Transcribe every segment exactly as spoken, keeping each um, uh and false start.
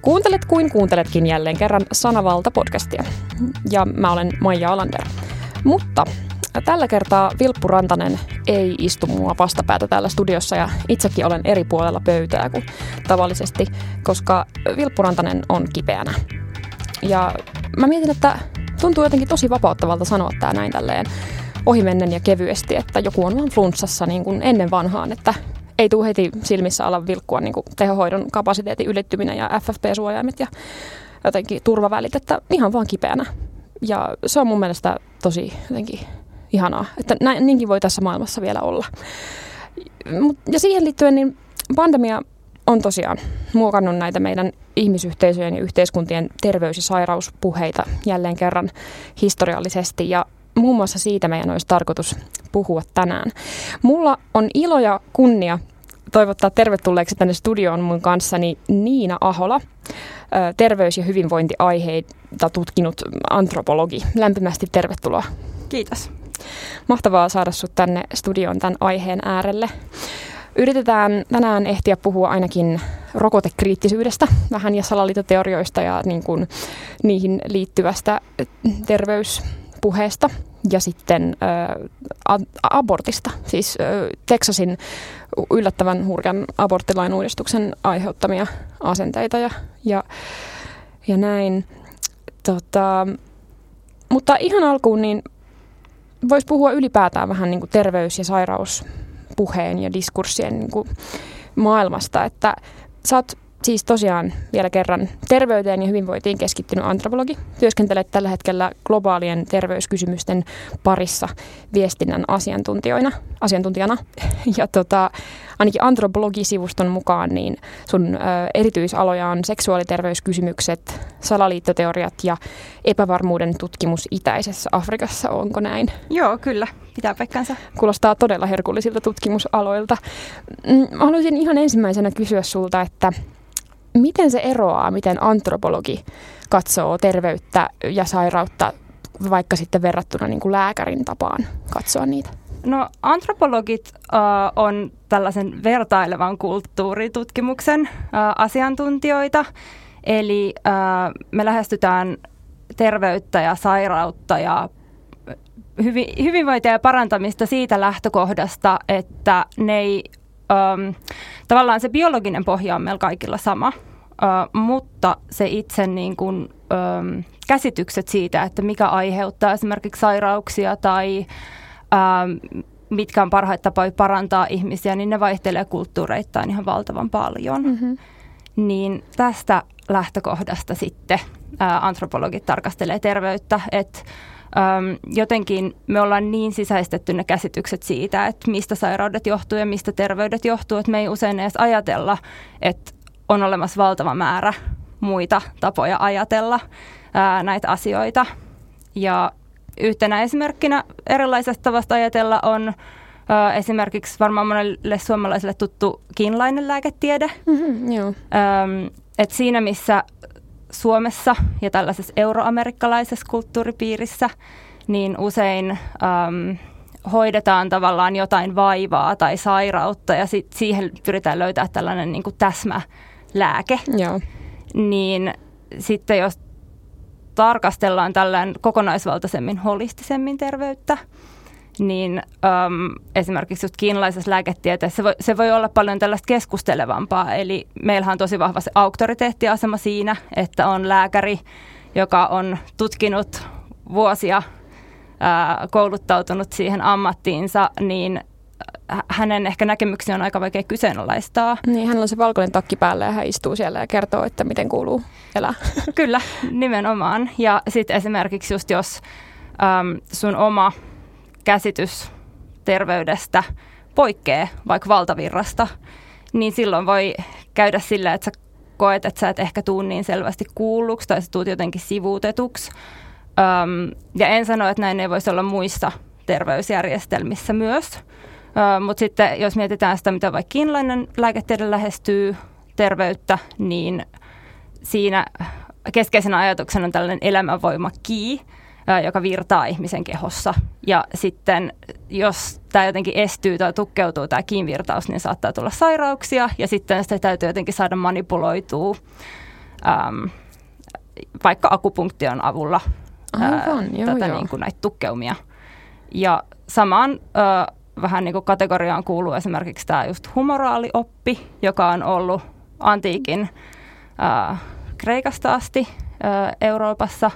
Kuuntelet kuin kuunteletkin jälleen kerran Sanavalta-podcastia. Ja mä olen Maija Alander. Mutta tällä kertaa Vilppu Rantanen ei istu mua vastapäätä täällä studiossa ja itsekin olen eri puolella pöytää kuin tavallisesti, koska Vilppu Rantanen on kipeänä. Ja mä mietin, että tuntuu jotenkin tosi vapauttavalta sanoa tää näin tälleen ohimennen ja kevyesti, että joku on vaan flunssassa niin kuin ennen vanhaan, että ei tule heti silmissä ala vilkkua niin kuin tehohoidon kapasiteetin ylittyminen ja F F P-suojaimet ja jotenkin turvavälit, että ihan vaan kipeänä. Ja se on mun mielestä tosi jotenkin ihanaa, että näin, niinkin voi tässä maailmassa vielä olla. Ja siihen liittyen niin pandemia on tosiaan muokannut näitä meidän ihmisyhteisöjen ja yhteiskuntien terveys- ja sairauspuheita jälleen kerran historiallisesti ja muun muassa siitä meidän olisi tarkoitus puhua tänään. Mulla on ilo ja kunnia toivottaa tervetulleeksi tänne studioon mun kanssani Niina Ahola, terveys- ja hyvinvointiaiheita tutkinut antropologi. Lämpimästi tervetuloa. Kiitos. Mahtavaa saada sut tänne studioon tämän aiheen äärelle. Yritetään tänään ehtiä puhua ainakin rokotekriittisyydestä vähän ja salaliittoteorioista ja niin kuin niihin liittyvästä terveyspuheesta ja sitten ä, abortista, siis ä, Texasin yllättävän hurjan aborttilain uudistuksen aiheuttamia asenteita ja, ja, ja näin. Tota, mutta ihan alkuun niin voisi puhua ylipäätään vähän niin kuin terveys- ja sairauspuheen ja diskurssien niin kuin maailmasta, että sä oot siis tosiaan vielä kerran terveyteen ja hyvinvointiin keskittynyt antropologi. Työskentelet tällä hetkellä globaalien terveyskysymysten parissa viestinnän asiantuntijoina, asiantuntijana. Ja tota, ainakin antropologisivuston mukaan niin sun ö, erityisaloja on seksuaaliterveyskysymykset, salaliittoteoriat ja epävarmuuden tutkimus itäisessä Afrikassa. Onko näin? Joo, kyllä. Pitää paikkansa. Kuulostaa todella herkullisilta tutkimusaloilta. Mä haluaisin ihan ensimmäisenä kysyä sulta, että miten se eroaa, miten antropologi katsoo terveyttä ja sairautta vaikka sitten verrattuna niin kuin lääkärin tapaan katsoa niitä? No antropologit äh, on tällaisen vertailevan kulttuuritutkimuksen äh, asiantuntijoita. Eli äh, me lähestytään terveyttä ja sairautta ja hyvi, hyvinvointia ja parantamista siitä lähtökohdasta, että ne ei, ähm, tavallaan se biologinen pohja on meillä kaikilla sama. Uh, mutta se itse niin kuin, um, käsitykset siitä, että mikä aiheuttaa esimerkiksi sairauksia tai um, mitkä on parhaita tapoja parantaa ihmisiä, niin ne vaihtelee kulttuureittain ihan valtavan paljon. Mm-hmm. Niin tästä lähtökohdasta sitten uh, antropologit tarkastelee terveyttä, että um, jotenkin me ollaan niin sisäistetty ne käsitykset siitä, että mistä sairaudet johtuu ja mistä terveydet johtuu, että me ei usein edes ajatella, että on olemassa valtava määrä muita tapoja ajatella ää, näitä asioita. Ja yhtenä esimerkkinä erilaisesta tavasta ajatella on ää, esimerkiksi varmaan monelle suomalaiselle tuttu kiinalainen lääketiede. Mm-hmm, joo. Ähm, et siinä missä Suomessa ja tällaisessa euroamerikkalaisessa kulttuuripiirissä niin usein äm, hoidetaan tavallaan jotain vaivaa tai sairautta ja sit siihen pyritään löytää tällainen niin kuin täsmä lääke, Joo. niin sitten jos tarkastellaan tällainen kokonaisvaltaisemmin, holistisemmin terveyttä, niin äm, esimerkiksi just kiinalaisessa lääketieteessä se voi, se voi olla paljon tällaista keskustelevampaa. Eli meillähän on tosi vahva se auktoriteettiasema siinä, että on lääkäri, joka on tutkinut vuosia, ää, kouluttautunut siihen ammattiinsa, niin hänen ehkä näkemyksiä on aika vaikea kyseenalaistaa. Niin, hänellä on se valkoinen takki päällä ja hän istuu siellä ja kertoo, että miten kuuluu elää. Kyllä, nimenomaan. Ja sitten esimerkiksi just jos äm, sun oma käsitys terveydestä poikkeaa vaikka valtavirrasta, niin silloin voi käydä sillä, että sä koet, että sä et ehkä tuu niin selvästi kuulluksi tai sä tuut jotenkin sivuutetuksi. Äm, ja en sano, että näin ei voisi olla muissa terveysjärjestelmissä myös. Uh, mutta sitten jos mietitään sitä, mitä vaikka kiinalainen lääketiede lähestyy terveyttä, niin siinä keskeisenä ajatuksena on tällainen elämänvoima ki, uh, joka virtaa ihmisen kehossa. Ja sitten jos tämä jotenkin estyy tai tukkeutuu tämä kiin virtaus, niin saattaa tulla sairauksia ja sitten sitä täytyy jotenkin saada manipuloitua äm, vaikka akupunktion avulla ää, Aivan, joo, tätä joo. niin kuin näitä tukkeumia. Ja samaan ää, vähän niin kuin kategoriaan kuuluu esimerkiksi tämä just humoraalioppi, joka on ollut antiikin ää, Kreikasta asti ää, Euroopassa.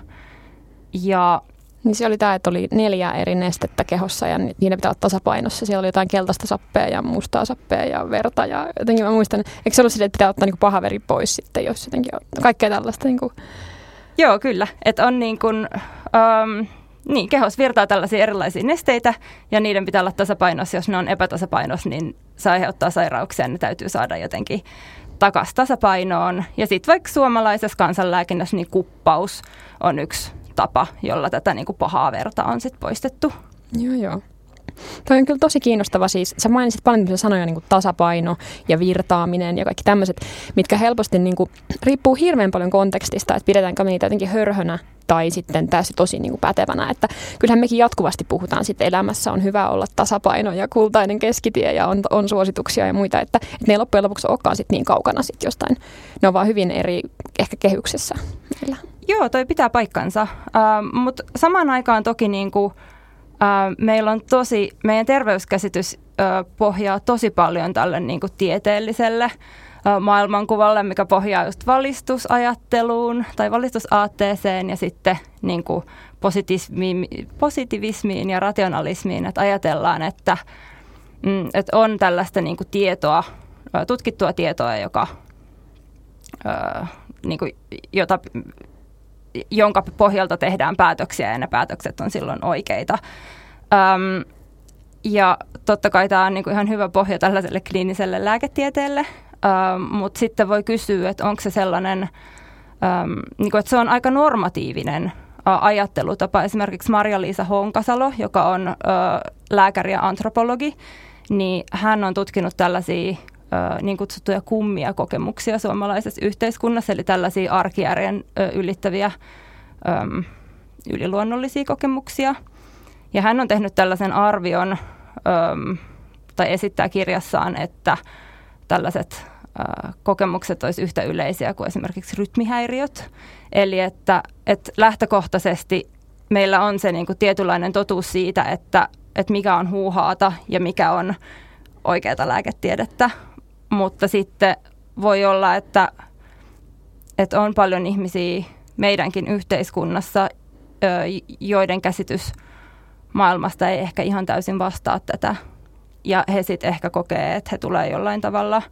Ja Niin se oli tämä, että oli neljä eri nestettä kehossa ja niiden pitää olla tasapainossa. Siellä oli jotain keltaista sappea ja mustaa sappea ja verta ja jotenkin mä muistan, eikö se ollut silleen, että pitää ottaa niinku paha veri pois sitten, jos jotenkin on kaikkea tällaista. Niinku. Joo, kyllä. Että on niin kuin, um, niin, kehossa virtaa tällaisia erilaisia nesteitä ja niiden pitää olla tasapainossa. Jos ne on epätasapainossa, niin se aiheuttaa sairauksia, ne täytyy saada jotenkin takaisin tasapainoon. Ja sitten vaikka suomalaisessa kansanlääkinnässä niin kuppaus on yksi tapa, jolla tätä niin kuin pahaa verta on sit poistettu. Joo, joo. Toi on kyllä tosi kiinnostava siis. Sä mainitsit paljon sanoja niin kuin tasapaino ja virtaaminen ja kaikki tämmöiset, mitkä helposti niin kuin, riippuu hirveän paljon kontekstista, että pidetäänkö me niitä jotenkin hörhönä tai sitten tässä tosi niin kuin pätevänä. Että kyllähän mekin jatkuvasti puhutaan sitten elämässä on hyvä olla tasapaino ja kultainen keskitie ja on, on suosituksia ja muita, että, että ne ei loppujen lopuksi olekaan sitten niin kaukana sitten jostain. Ne on vaan hyvin eri ehkä kehyksessä meillä. Joo, toi pitää paikkansa, uh, mutta samaan aikaan toki niin kuin, uh, meillä on tosi, meidän terveyskäsitys uh, pohjaa tosi paljon tälle niin kuin tieteelliselle uh, maailmankuvalle, mikä pohjaa just valistusajatteluun tai valistusaatteeseen ja sitten niin kuin positivismiin, positivismiin ja rationalismiin, että ajatellaan, että, mm, että on tällaista niin kuin tietoa, uh, tutkittua tietoa, joka, uh, niin kuin, jota jonka pohjalta tehdään päätöksiä ja ne päätökset on silloin oikeita. Öm, ja totta kai tämä on niinku ihan hyvä pohja tällaiselle kliiniselle lääketieteelle, öm, mutta sitten voi kysyä, että onko se sellainen, öm, niinku, että se on aika normatiivinen ä, ajattelutapa. Esimerkiksi Marja-Liisa Honkasalo, joka on ä, lääkäri ja antropologi, niin hän on tutkinut tällaisia niin kutsuttuja kummia kokemuksia suomalaisessa yhteiskunnassa, eli tällaisia arkijärjen ylittäviä äm, yliluonnollisia kokemuksia. Ja hän on tehnyt tällaisen arvion, äm, tai esittää kirjassaan, että tällaiset ä, kokemukset olisi yhtä yleisiä kuin esimerkiksi rytmihäiriöt. Eli että, että lähtökohtaisesti meillä on se niin kuin tietynlainen totuus siitä, että, että mikä on huuhaata ja mikä on oikeata lääketiedettä. Mutta sitten voi olla, että, että on paljon ihmisiä meidänkin yhteiskunnassa, joiden käsitys maailmasta ei ehkä ihan täysin vastaa tätä. Ja he sitten ehkä kokee, että he tulee jollain tavalla,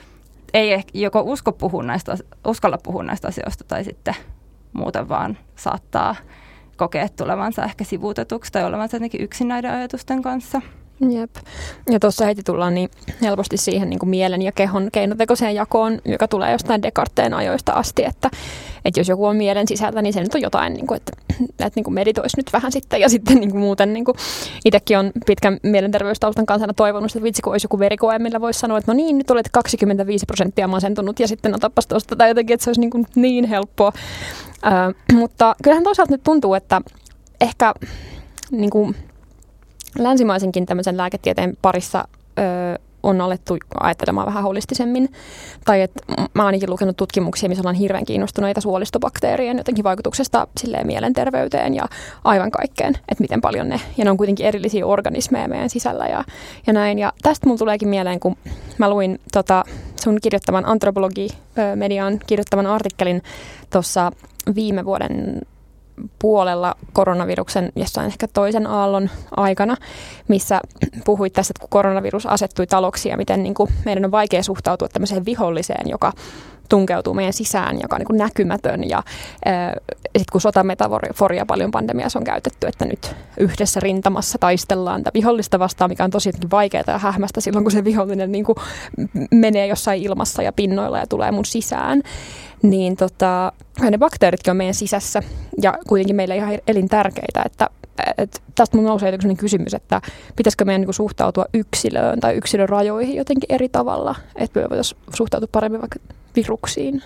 ei ehkä joko usko puhua näistä, uskalla puhua näistä asioista tai sitten muuten vaan saattaa kokea tulevansa ehkä sivuutetuksi tai olevansa jotenkin yksin näiden ajatusten kanssa. Jep. Ja tuossa heti tullaan niin helposti siihen niin kuin mielen ja kehon keinotekoiseen jakoon, joka tulee jostain Descartesen ajoista asti, että, että jos joku on mielen sisältä, niin se nyt on jotain, niin kuin, että, että niin kuin meditoisi nyt vähän sitten ja sitten niin kuin muuten niin kuin itsekin on pitkän mielenterveystaustan kansana toivonut, että vitsi kun olisi joku verikoe, millä voisi sanoa, että no niin, nyt olet kaksikymmentäviisi prosenttia masentunut ja sitten otapas tuosta tai jotenkin, että se olisi niin, kuin niin helppoa. Äh, mutta kyllähän toisaalta nyt tuntuu, että ehkä niin kuin länsimaisenkin tämmöisen lääketieteen parissa ö, on alettu ajattelemaan vähän holistisemmin. Tai että mä oon ainakin lukenut tutkimuksia, missä ollaan hirveän kiinnostuneita suolistobakteerien jotenkin vaikutuksesta silleen mielenterveyteen ja aivan kaikkeen, että miten paljon ne, ja ne on kuitenkin erillisiä organismeja meidän sisällä ja, ja näin. Ja tästä mulla tuleekin mieleen, kun mä luin tota, sun kirjoittavan antropologi-median kirjoittavan artikkelin tuossa viime vuoden puolella koronaviruksen jossain ehkä toisen aallon aikana, missä puhuit tästä, että kun koronavirus asettui taloksi ja miten niin kuin meidän on vaikea suhtautua tämmöiseen viholliseen, joka tunkeutuu meidän sisään, joka on niin kuin näkymätön. Ja sitten kun sotametaforia paljon pandemiassa on käytetty, että nyt yhdessä rintamassa taistellaan tätä vihollista vastaan, mikä on tosi vaikeaa ja hähmästä silloin, kun se vihollinen niin kuin menee jossain ilmassa ja pinnoilla ja tulee mun sisään. Niin tota, ne bakteeritkin on meidän sisässä ja kuitenkin meille ihan elintärkeitä, että et tästä mun nousee sellainen kysymys, että pitäisikö meidän niinku suhtautua yksilöön tai yksilön rajoihin jotenkin eri tavalla, että me voitaisiin suhtautua paremmin vaikka viruksiin.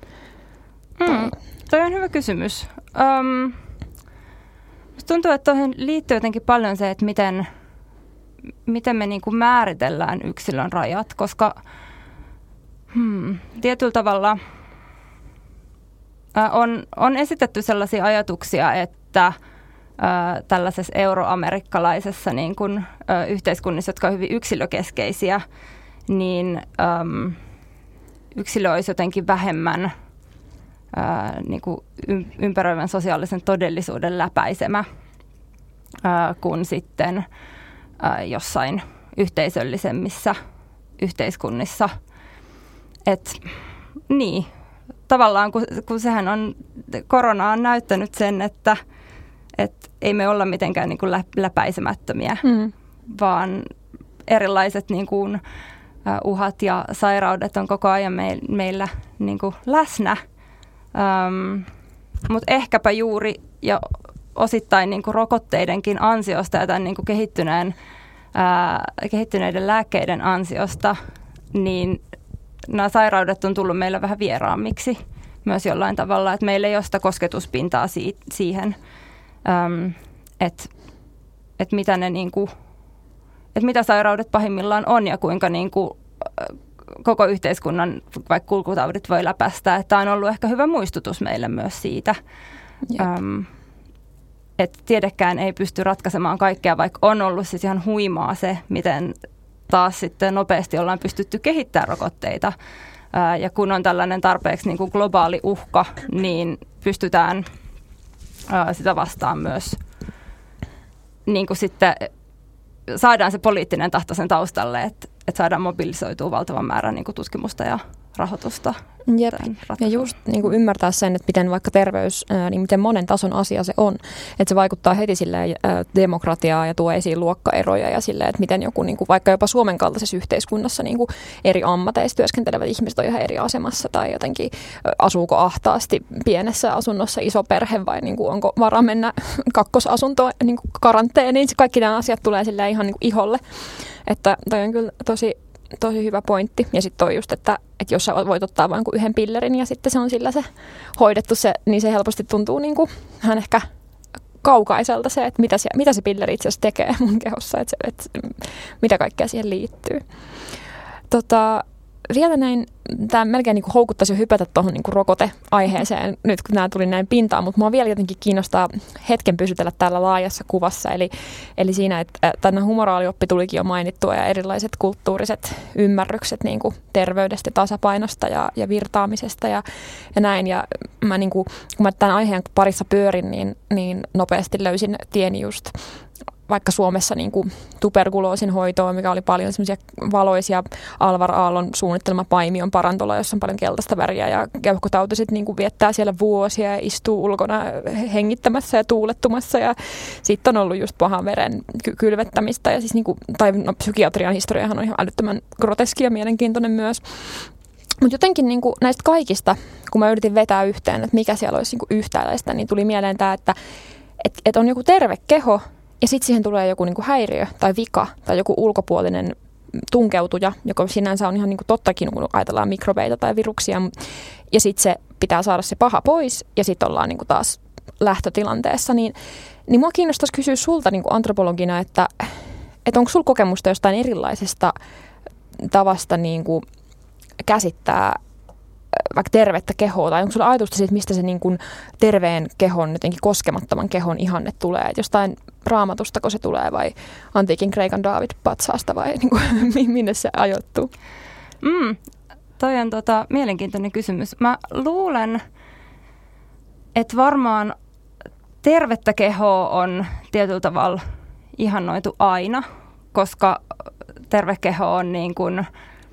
Mm, toi on hyvä kysymys. Um, tuntuu, että tuohon liittyy jotenkin paljon se, että miten, miten me niinku määritellään yksilön rajat, koska hmm, tietyllä tavalla On, on esitetty sellaisia ajatuksia, että äh, tällaisessa euroamerikkalaisessa niin kun, äh, yhteiskunnissa, jotka on hyvin yksilökeskeisiä, niin ähm, yksilö olisi jotenkin vähemmän äh, niin kuin ympäröivän sosiaalisen todellisuuden läpäisemä äh, kuin sitten äh, jossain yhteisöllisemmissä yhteiskunnissa. Et, niin, tavallaan kun, kun sehän on, korona on näyttänyt sen, että et ei me olla mitenkään niin kuin läpäisemättömiä, mm. vaan erilaiset niin kuin, uh, uhat ja sairaudet on koko ajan me, meillä niin kuin läsnä. Um, mutta ehkäpä juuri ja osittain niin kuin rokotteidenkin ansiosta ja tämän niin kuin kehittyneen, uh, kehittyneiden lääkkeiden ansiosta, niin nämä sairaudet on tullut meillä vähän vieraammiksi myös jollain tavalla, että meillä ei ole sitä kosketuspintaa si- siihen, um, että et mitä ne niinku, että mitä sairaudet pahimmillaan on ja kuinka niinku koko yhteiskunnan vaikka kulkutaudit voi läpäistä. Että on ollut ehkä hyvä muistutus meille myös siitä, um, että tiedekään ei pysty ratkaisemaan kaikkea, vaikka on ollut siis ihan huimaa se, miten taas sitten nopeasti ollaan pystytty kehittämään rokotteita. Ää, ja kun on tällainen tarpeeksi niin kuin globaali uhka, niin pystytään ää, sitä vastaan myös, niin kuin sitten saadaan se poliittinen tahto sen taustalle, että, että saadaan mobilisoitua valtavan määrän niin kuin tutkimusta ja rahoitusta. Jep. Ja just niin kuin ymmärtää sen, että miten vaikka terveys, ää, niin miten monen tason asia se on. Että se vaikuttaa heti silleen, ää, demokratiaa ja tuo esiin luokkaeroja ja silleen, että miten joku niin kuin, vaikka jopa Suomen kaltaisessa yhteiskunnassa niin kuin eri ammateissa työskentelevät ihmiset on ihan eri asemassa tai jotenkin ää, asuuko ahtaasti pienessä asunnossa iso perhe vai niin kuin, onko varaa mennä kakkosasuntoon niin kuin karanteeniin. Kaikki nämä asiat tulee silleen ihan niin kuin iholle. Että toi on kyllä tosi Tosi hyvä pointti. Ja sitten toi just, että, että jos sä voit ottaa vain yhden pillerin ja sitten se on sillä se hoidettu, se, niin se helposti tuntuu niin kuin vähän ehkä kaukaiselta se, että mitä se, mitä se pilleri itse asiassa tekee mun kehossa, että, se, että mitä kaikkea siihen liittyy. Tota, vielä näin, tämä melkein niin kuin houkuttaisi jo hypätä tuohon niin kuin rokoteaiheeseen nyt, kun nämä tuli näin pintaan, mutta mua vielä jotenkin kiinnostaa hetken pysytellä täällä laajassa kuvassa, eli, eli siinä, että tämä humoraalioppi tulikin jo mainittua ja erilaiset kulttuuriset ymmärrykset niin kuin terveydestä, tasapainosta ja, ja virtaamisesta ja, ja näin, ja mä niin kuin, kun mä tämän aiheen parissa pyörin, niin, niin nopeasti löysin tieni just vaikka Suomessa niin kuin tuberkuloosin hoitoa, mikä oli paljon semmoisia valoisia Alvar Aallon suunnittelema Paimion parantola, jossa on paljon keltaista väriä ja keuhkotautiset niin kuin viettää siellä vuosia ja istuu ulkona hengittämässä ja tuulettumassa ja sitten on ollut just pahan veren ky- kylvettämistä ja siis niin kuin, tai no, psykiatrian historiahan on ihan älyttömän groteski ja mielenkiintoinen myös. Mutta jotenkin niin kuin näistä kaikista, kun mä yritin vetää yhteen, että mikä siellä olisi niin kuin yhtäläistä, niin tuli mieleen tämä, että et, et on joku terve keho, ja sitten siihen tulee joku niinku häiriö tai vika tai joku ulkopuolinen tunkeutuja, joka sinänsä on ihan niinku tottakin, kun ajatellaan mikrobeita tai viruksia. Ja sitten se pitää saada se paha pois ja sitten ollaan niinku taas lähtötilanteessa. Niin, niin mua kiinnostaisi kysyä sulta niinku antropologina, että, että onko sulla kokemusta jostain erilaisesta tavasta niinku käsittää vaikka tervettä kehoa, tai onko sulla ajatusta siitä, mistä se niin kuin terveen kehon, jotenkin koskemattoman kehon ihanne tulee? Et jostain Raamatustako se tulee vai antiikin Kreikan Daavid-patsaasta vai niin kuin, minne se ajoittuu? Mm, toi on tota, mielenkiintoinen kysymys. Mä luulen, että varmaan tervettä kehoa on tietyllä tavalla ihannoitu aina, koska terve keho on niin kuin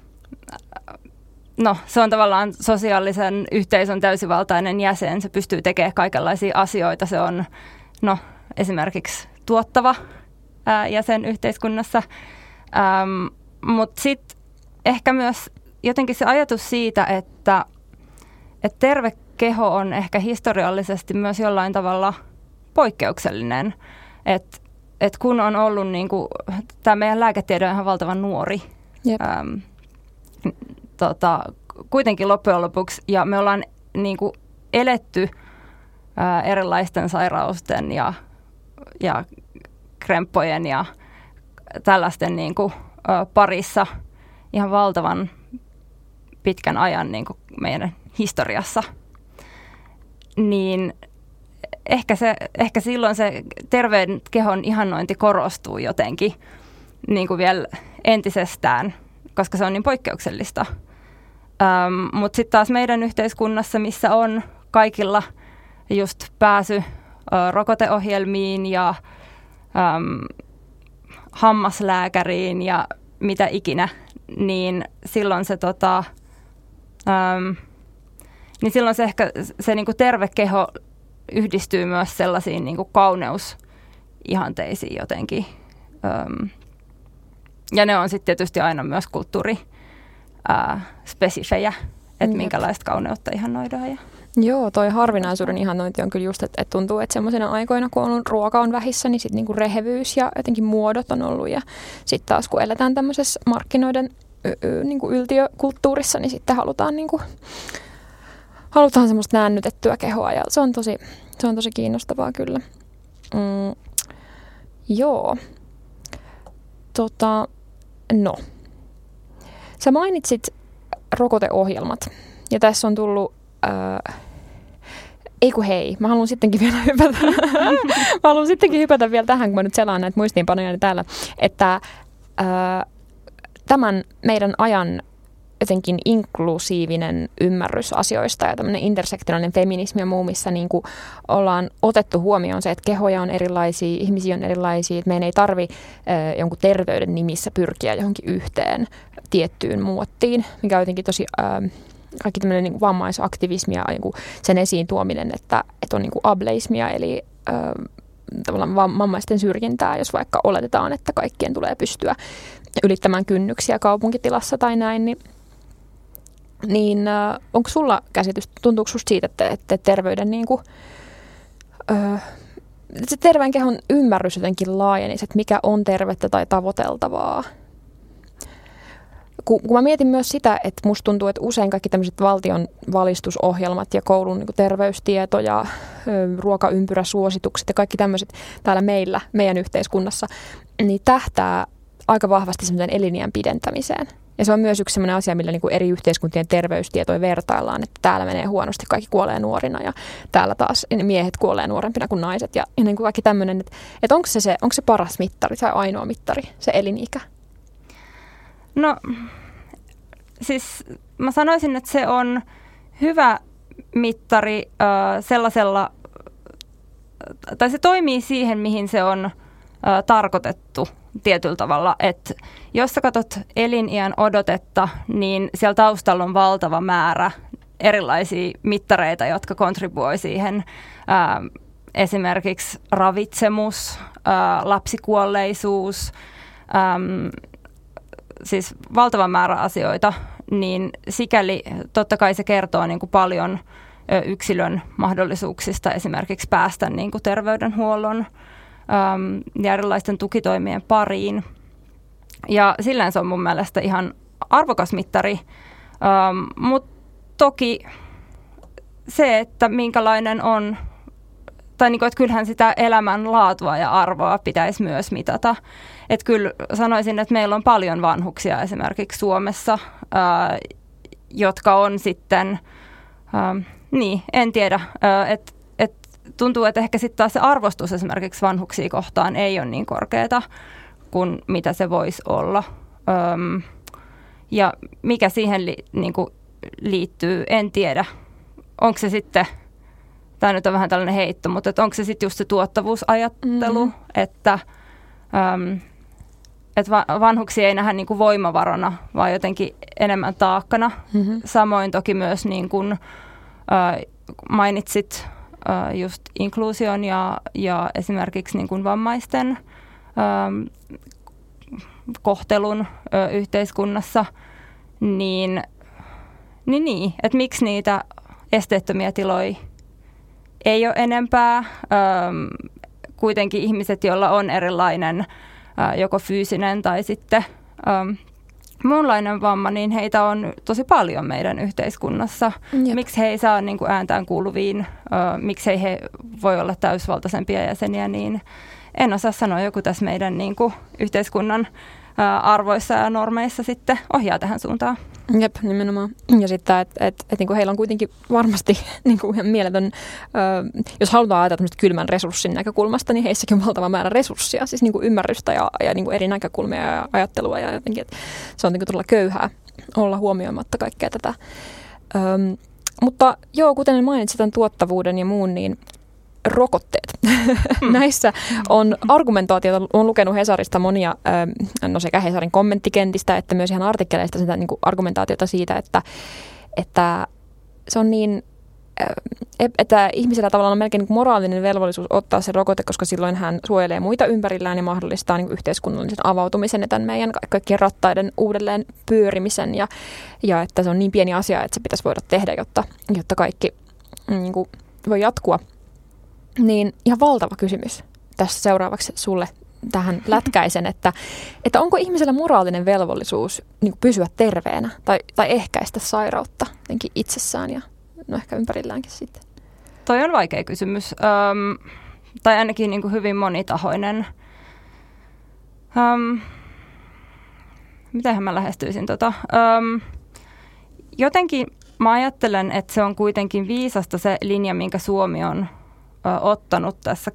no, se on tavallaan sosiaalisen yhteisön täysivaltainen jäsen. Se pystyy tekemään kaikenlaisia asioita. Se on no, esimerkiksi tuottava ää, jäsen yhteiskunnassa. Ähm, Mutta sitten ehkä myös jotenkin se ajatus siitä, että, että terve keho on ehkä historiallisesti myös jollain tavalla poikkeuksellinen. Että et kun on ollut, niinku, tämä meidän lääketiede on ihan valtavan nuori. Jep. Ähm, Tota, kuitenkin loppujen lopuksi, ja me ollaan niin kuin eletty ää, erilaisten sairausten ja, ja kremppojen ja tällaisten niin kuin, ä, parissa ihan valtavan pitkän ajan niin kuin meidän historiassa. niin ehkä, se, ehkä silloin se terveen kehon ihannointi korostuu jotenkin niin kuin vielä entisestään, koska se on niin poikkeuksellista. Ähm, mutta sitten taas meidän yhteiskunnassa, missä on kaikilla just pääsy äh, rokoteohjelmiin ja ähm, hammaslääkäriin ja mitä ikinä, niin silloin se, tota, ähm, niin silloin se ehkä se niinku terve keho yhdistyy myös sellaisiin niinku kauneusihanteisiin jotenkin. Ähm, ja ne on sitten tietysti aina myös kulttuurispesifejä, että minkälaista kauneutta ihannoidaan. Ja Joo, toi harvinaisuuden ihannointi on kyllä just, että, että tuntuu, että semmoisena aikoina, kun on, ruoka on vähissä, niin sitten niinku rehevyys ja jotenkin muodot on ollut. Ja sitten taas, kun eletään tämmöisessä markkinoiden y- y- niinku yltiökulttuurissa, niin sitten halutaan, niinku, halutaan semmoista näännytettyä kehoa. Ja se on tosi, se on tosi kiinnostavaa kyllä. Mm, joo. Tota, no. Sä mainitsit rokoteohjelmat. Ja tässä on tullut Äh, ei kun hei, mä haluan sittenkin vielä hypätä. mä haluan sittenkin hypätä vielä tähän, kun mä nyt selaan näitä muistiinpanoja täällä, että äh, tämän meidän ajan jotenkin inklusiivinen ymmärrys asioista ja tämmöinen intersektionaalinen feminismi ja muu, missä niin kuin ollaan otettu huomioon se, että kehoja on erilaisia, ihmisiä on erilaisia, että meidän ei tarvi äh, jonkun terveyden nimissä pyrkiä johonkin yhteen tiettyyn muottiin, mikä on jotenkin tosi Äh, kaikki tämmöinen niin kuin vammaisaktivismi ja niin kuin sen esiin tuominen, että, että on niin kuin ableismia, eli ö, tavallaan vammaisten syrjintää, jos vaikka oletetaan, että kaikkien tulee pystyä ylittämään kynnyksiä kaupunkitilassa tai näin, niin, niin ö, onko sulla käsitys, tuntuuko susta siitä, että, että terveyden niin kuin, ö, se terveen kehon ymmärrys jotenkin laajenisi, että mikä on tervettä tai tavoiteltavaa? Kun, kun mä mietin myös sitä, että musta tuntuu, että usein kaikki tämmöiset valtion valistusohjelmat ja koulun niin kuin terveystieto ja ö, ruokaympyräsuositukset ja kaikki tämmöiset täällä meillä, meidän yhteiskunnassa, niin tähtää aika vahvasti semmoisen eliniän pidentämiseen. Ja se on myös yksi semmoinen asia, millä niin kuin eri yhteiskuntien terveystietoja vertaillaan, että täällä menee huonosti, kaikki kuolee nuorina ja täällä taas miehet kuolee nuorempina kuin naiset ja, ja niin kuin kaikki tämmöinen, että, että onko se, se, onko se paras mittari tai ainoa mittari, se elinikä? No siis mä sanoisin, että se on hyvä mittari äh, sellaisella, tai se toimii siihen, mihin se on äh, tarkoitettu tietyllä tavalla, että jos sä katsot eliniän odotetta, niin siellä taustalla on valtava määrä erilaisia mittareita, jotka kontribuoi siihen. Äh, esimerkiksi ravitsemus, äh, lapsikuolleisuus, ähm, siis valtava määrä asioita, niin sikäli totta kai se kertoo niin kuin paljon yksilön mahdollisuuksista esimerkiksi päästä niin kuin terveydenhuollon äm, ja erilaisten tukitoimien pariin. Ja silleen se on mun mielestä ihan arvokas mittari, äm, mutta toki se, että minkälainen on, tai niin kuin, että kyllähän sitä elämänlaatua ja arvoa pitäisi myös mitata. Että kyllä sanoisin, että meillä on paljon vanhuksia esimerkiksi Suomessa, ää, jotka on sitten, ää, niin en tiedä, että et tuntuu, että ehkä sitten taas se arvostus esimerkiksi vanhuksia kohtaan ei ole niin korkeata kuin mitä se voisi olla. Öm, ja mikä siihen li, niin kuin liittyy, en tiedä. Onko se sitten, tämä nyt on vähän tällainen heitto, mutta onko se sitten just se tuottavuusajattelu, mm-hmm. että Öm, että vanhuksia ei nähdä niin kuin voimavarana, vaan jotenkin enemmän taakkana. Mm-hmm. Samoin toki myös niin kuin, äh, mainitsit äh, just inkluusion ja, ja esimerkiksi niin kuin vammaisten äh, kohtelun äh, yhteiskunnassa, niin, niin, niin että miksi niitä esteettömiä tiloja ei ole enempää. Ähm, kuitenkin ihmiset, joilla on erilainen joko fyysinen tai sitten ähm, muunlainen vamma, niin heitä on tosi paljon meidän yhteiskunnassa. Jep. Miksi he ei saa niin kuin ääntään kuuluviin, äh, miksi he voi olla täysvaltaisempia jäseniä, niin en osaa sanoa, joku tässä meidän niin kuin yhteiskunnan arvoissa ja normeissa sitten ohjaa tähän suuntaan. Jep, nimenomaan. Ja sitten, että et, et, niinku heillä on kuitenkin varmasti niinku ihan mieletön, ö, jos halutaan ajatella kylmän resurssin näkökulmasta, niin heissäkin on valtava määrä resurssia, siis niinku ymmärrystä ja, ja niinku eri näkökulmia ja ajattelua. Ja jotenkin, että se on niinku todella köyhää olla huomioimatta kaikkea tätä. Öm, mutta joo, kuten mainitsin tämän tuottavuuden ja muun, niin rokotteet. Mm. Näissä on argumentaatiota, olen lukenut Hesarista monia, no sekä Hesarin kommenttikentistä, että myös ihan artikkeleista sitä niin kuin argumentaatiota siitä, että, että se on niin, että ihmisellä tavallaan on melkein niin kuin moraalinen velvollisuus ottaa se rokote, koska silloin hän suojelee muita ympärillään ja mahdollistaa niin kuin yhteiskunnallisen avautumisen ja tämän meidän kaikkien rattaiden uudelleen pyörimisen ja, ja että se on niin pieni asia, että se pitäisi voida tehdä, jotta, jotta kaikki niin kuin voi jatkua. Niin ihan valtava kysymys tässä seuraavaksi sulle tähän lätkäisen, että, että onko ihmisellä moraalinen velvollisuus niin kuin pysyä terveenä tai, tai ehkäistä sairautta jotenkin itsessään ja no ehkä ympärilläänkin sitten? Toi on vaikea kysymys, Öm, tai ainakin niin kuin hyvin monitahoinen. Öm, mitenhän mä lähestyisin tota? Öm, jotenkin mä ajattelen, että se on kuitenkin viisasta se linja, minkä Suomi on ottanut tässä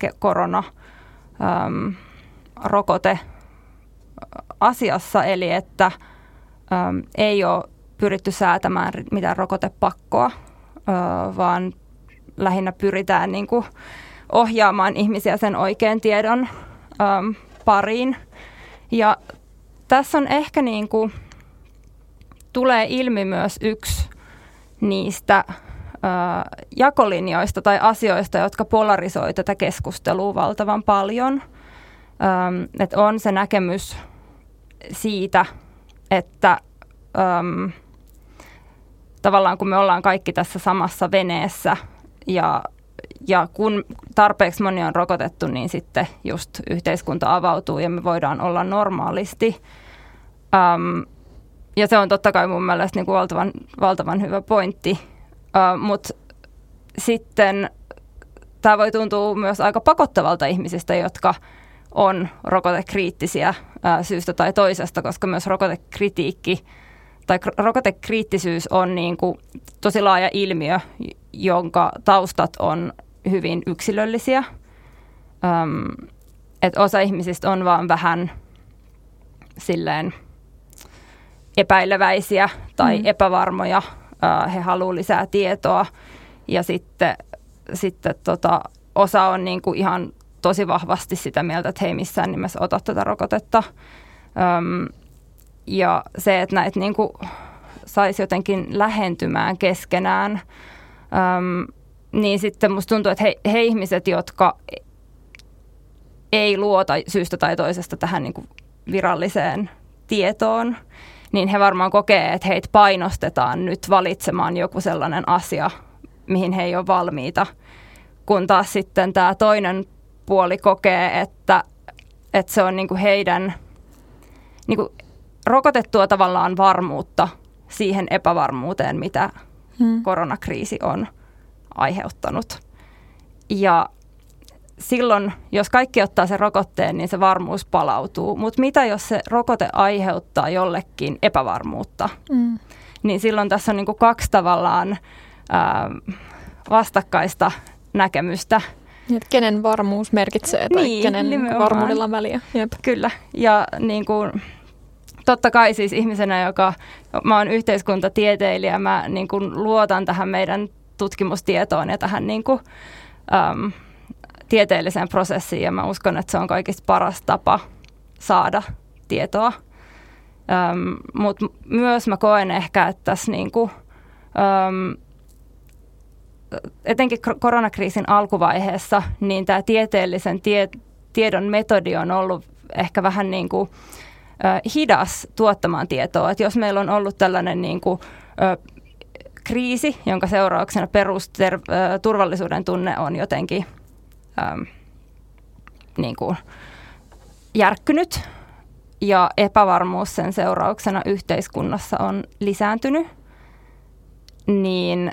korona-rokote-asiassa, eli että äm, ei ole pyritty säätämään mitään rokotepakkoa, ä, vaan lähinnä pyritään niin kuin ohjaamaan ihmisiä sen oikean tiedon äm, pariin. Ja tässä on ehkä niin kuin, tulee ilmi myös yksi niistä jakolinjoista tai asioista, jotka polarisoi tätä keskustelua valtavan paljon. Että on se näkemys siitä, että äm, tavallaan kun me ollaan kaikki tässä samassa veneessä ja, ja kun tarpeeksi moni on rokotettu, niin sitten just yhteiskunta avautuu ja me voidaan olla normaalisti. Äm, ja se on totta kai mun mielestä niin kuin valtavan, valtavan hyvä pointti. Uh, Mutta sitten tämä voi tuntua myös aika pakottavalta ihmisistä, jotka on rokotekriittisiä uh, syystä tai toisesta, koska myös rokotekritiikki tai rokotekriittisyys on niin kuin tosi laaja ilmiö, jonka taustat on hyvin yksilöllisiä. Um, et osa ihmisistä on vaan vähän silleen epäileväisiä tai mm. epävarmoja. He haluavat lisää tietoa ja sitten, sitten tota, osa on niin kuin ihan tosi vahvasti sitä mieltä, että hei missään nimessä ota tätä rokotetta. Öm, ja se, että näitä niin kuin saisi jotenkin lähentymään keskenään, öm, niin sitten musta tuntuu, että he, he ihmiset, jotka ei luota syystä tai toisesta tähän niin kuin viralliseen tietoon, niin he varmaan kokee, että heitä painostetaan nyt valitsemaan joku sellainen asia, mihin he ei ole valmiita. Kun taas sitten tämä toinen puoli kokee, että, että se on niinku heidän niinku rokotettua tavallaan varmuutta siihen epävarmuuteen, mitä hmm. koronakriisi on aiheuttanut. Ja silloin, jos kaikki ottaa sen rokotteen, niin se varmuus palautuu. Mutta mitä jos se rokote aiheuttaa jollekin epävarmuutta? Mm. Niin silloin tässä on niinku kaksi tavallaan ää, vastakkaista näkemystä. Et kenen varmuus merkitsee tai niin, kenen nimenomaan. Varmuudella on väliä. Jep. Kyllä. Ja niin kuin, totta kai siis ihmisenä, joka, mä oon yhteiskuntatieteilijä, mä niin kuin luotan tähän meidän tutkimustietoon ja tähän niin kuin, äm, tieteelliseen prosessiin ja mä uskon, että se on kaikista paras tapa saada tietoa. Öm, mutta myös mä koen ehkä, että tässä niinku, öm, etenkin koronakriisin alkuvaiheessa niin tämä tieteellisen tie, tiedon metodi on ollut ehkä vähän niinku, ö, hidas tuottamaan tietoa. Et jos meillä on ollut tällainen niinku, ö, kriisi, jonka seurauksena perusturvallisuuden tunne on jotenkin Ähm, niin kuin järkkynyt ja epävarmuus sen seurauksena yhteiskunnassa on lisääntynyt, niin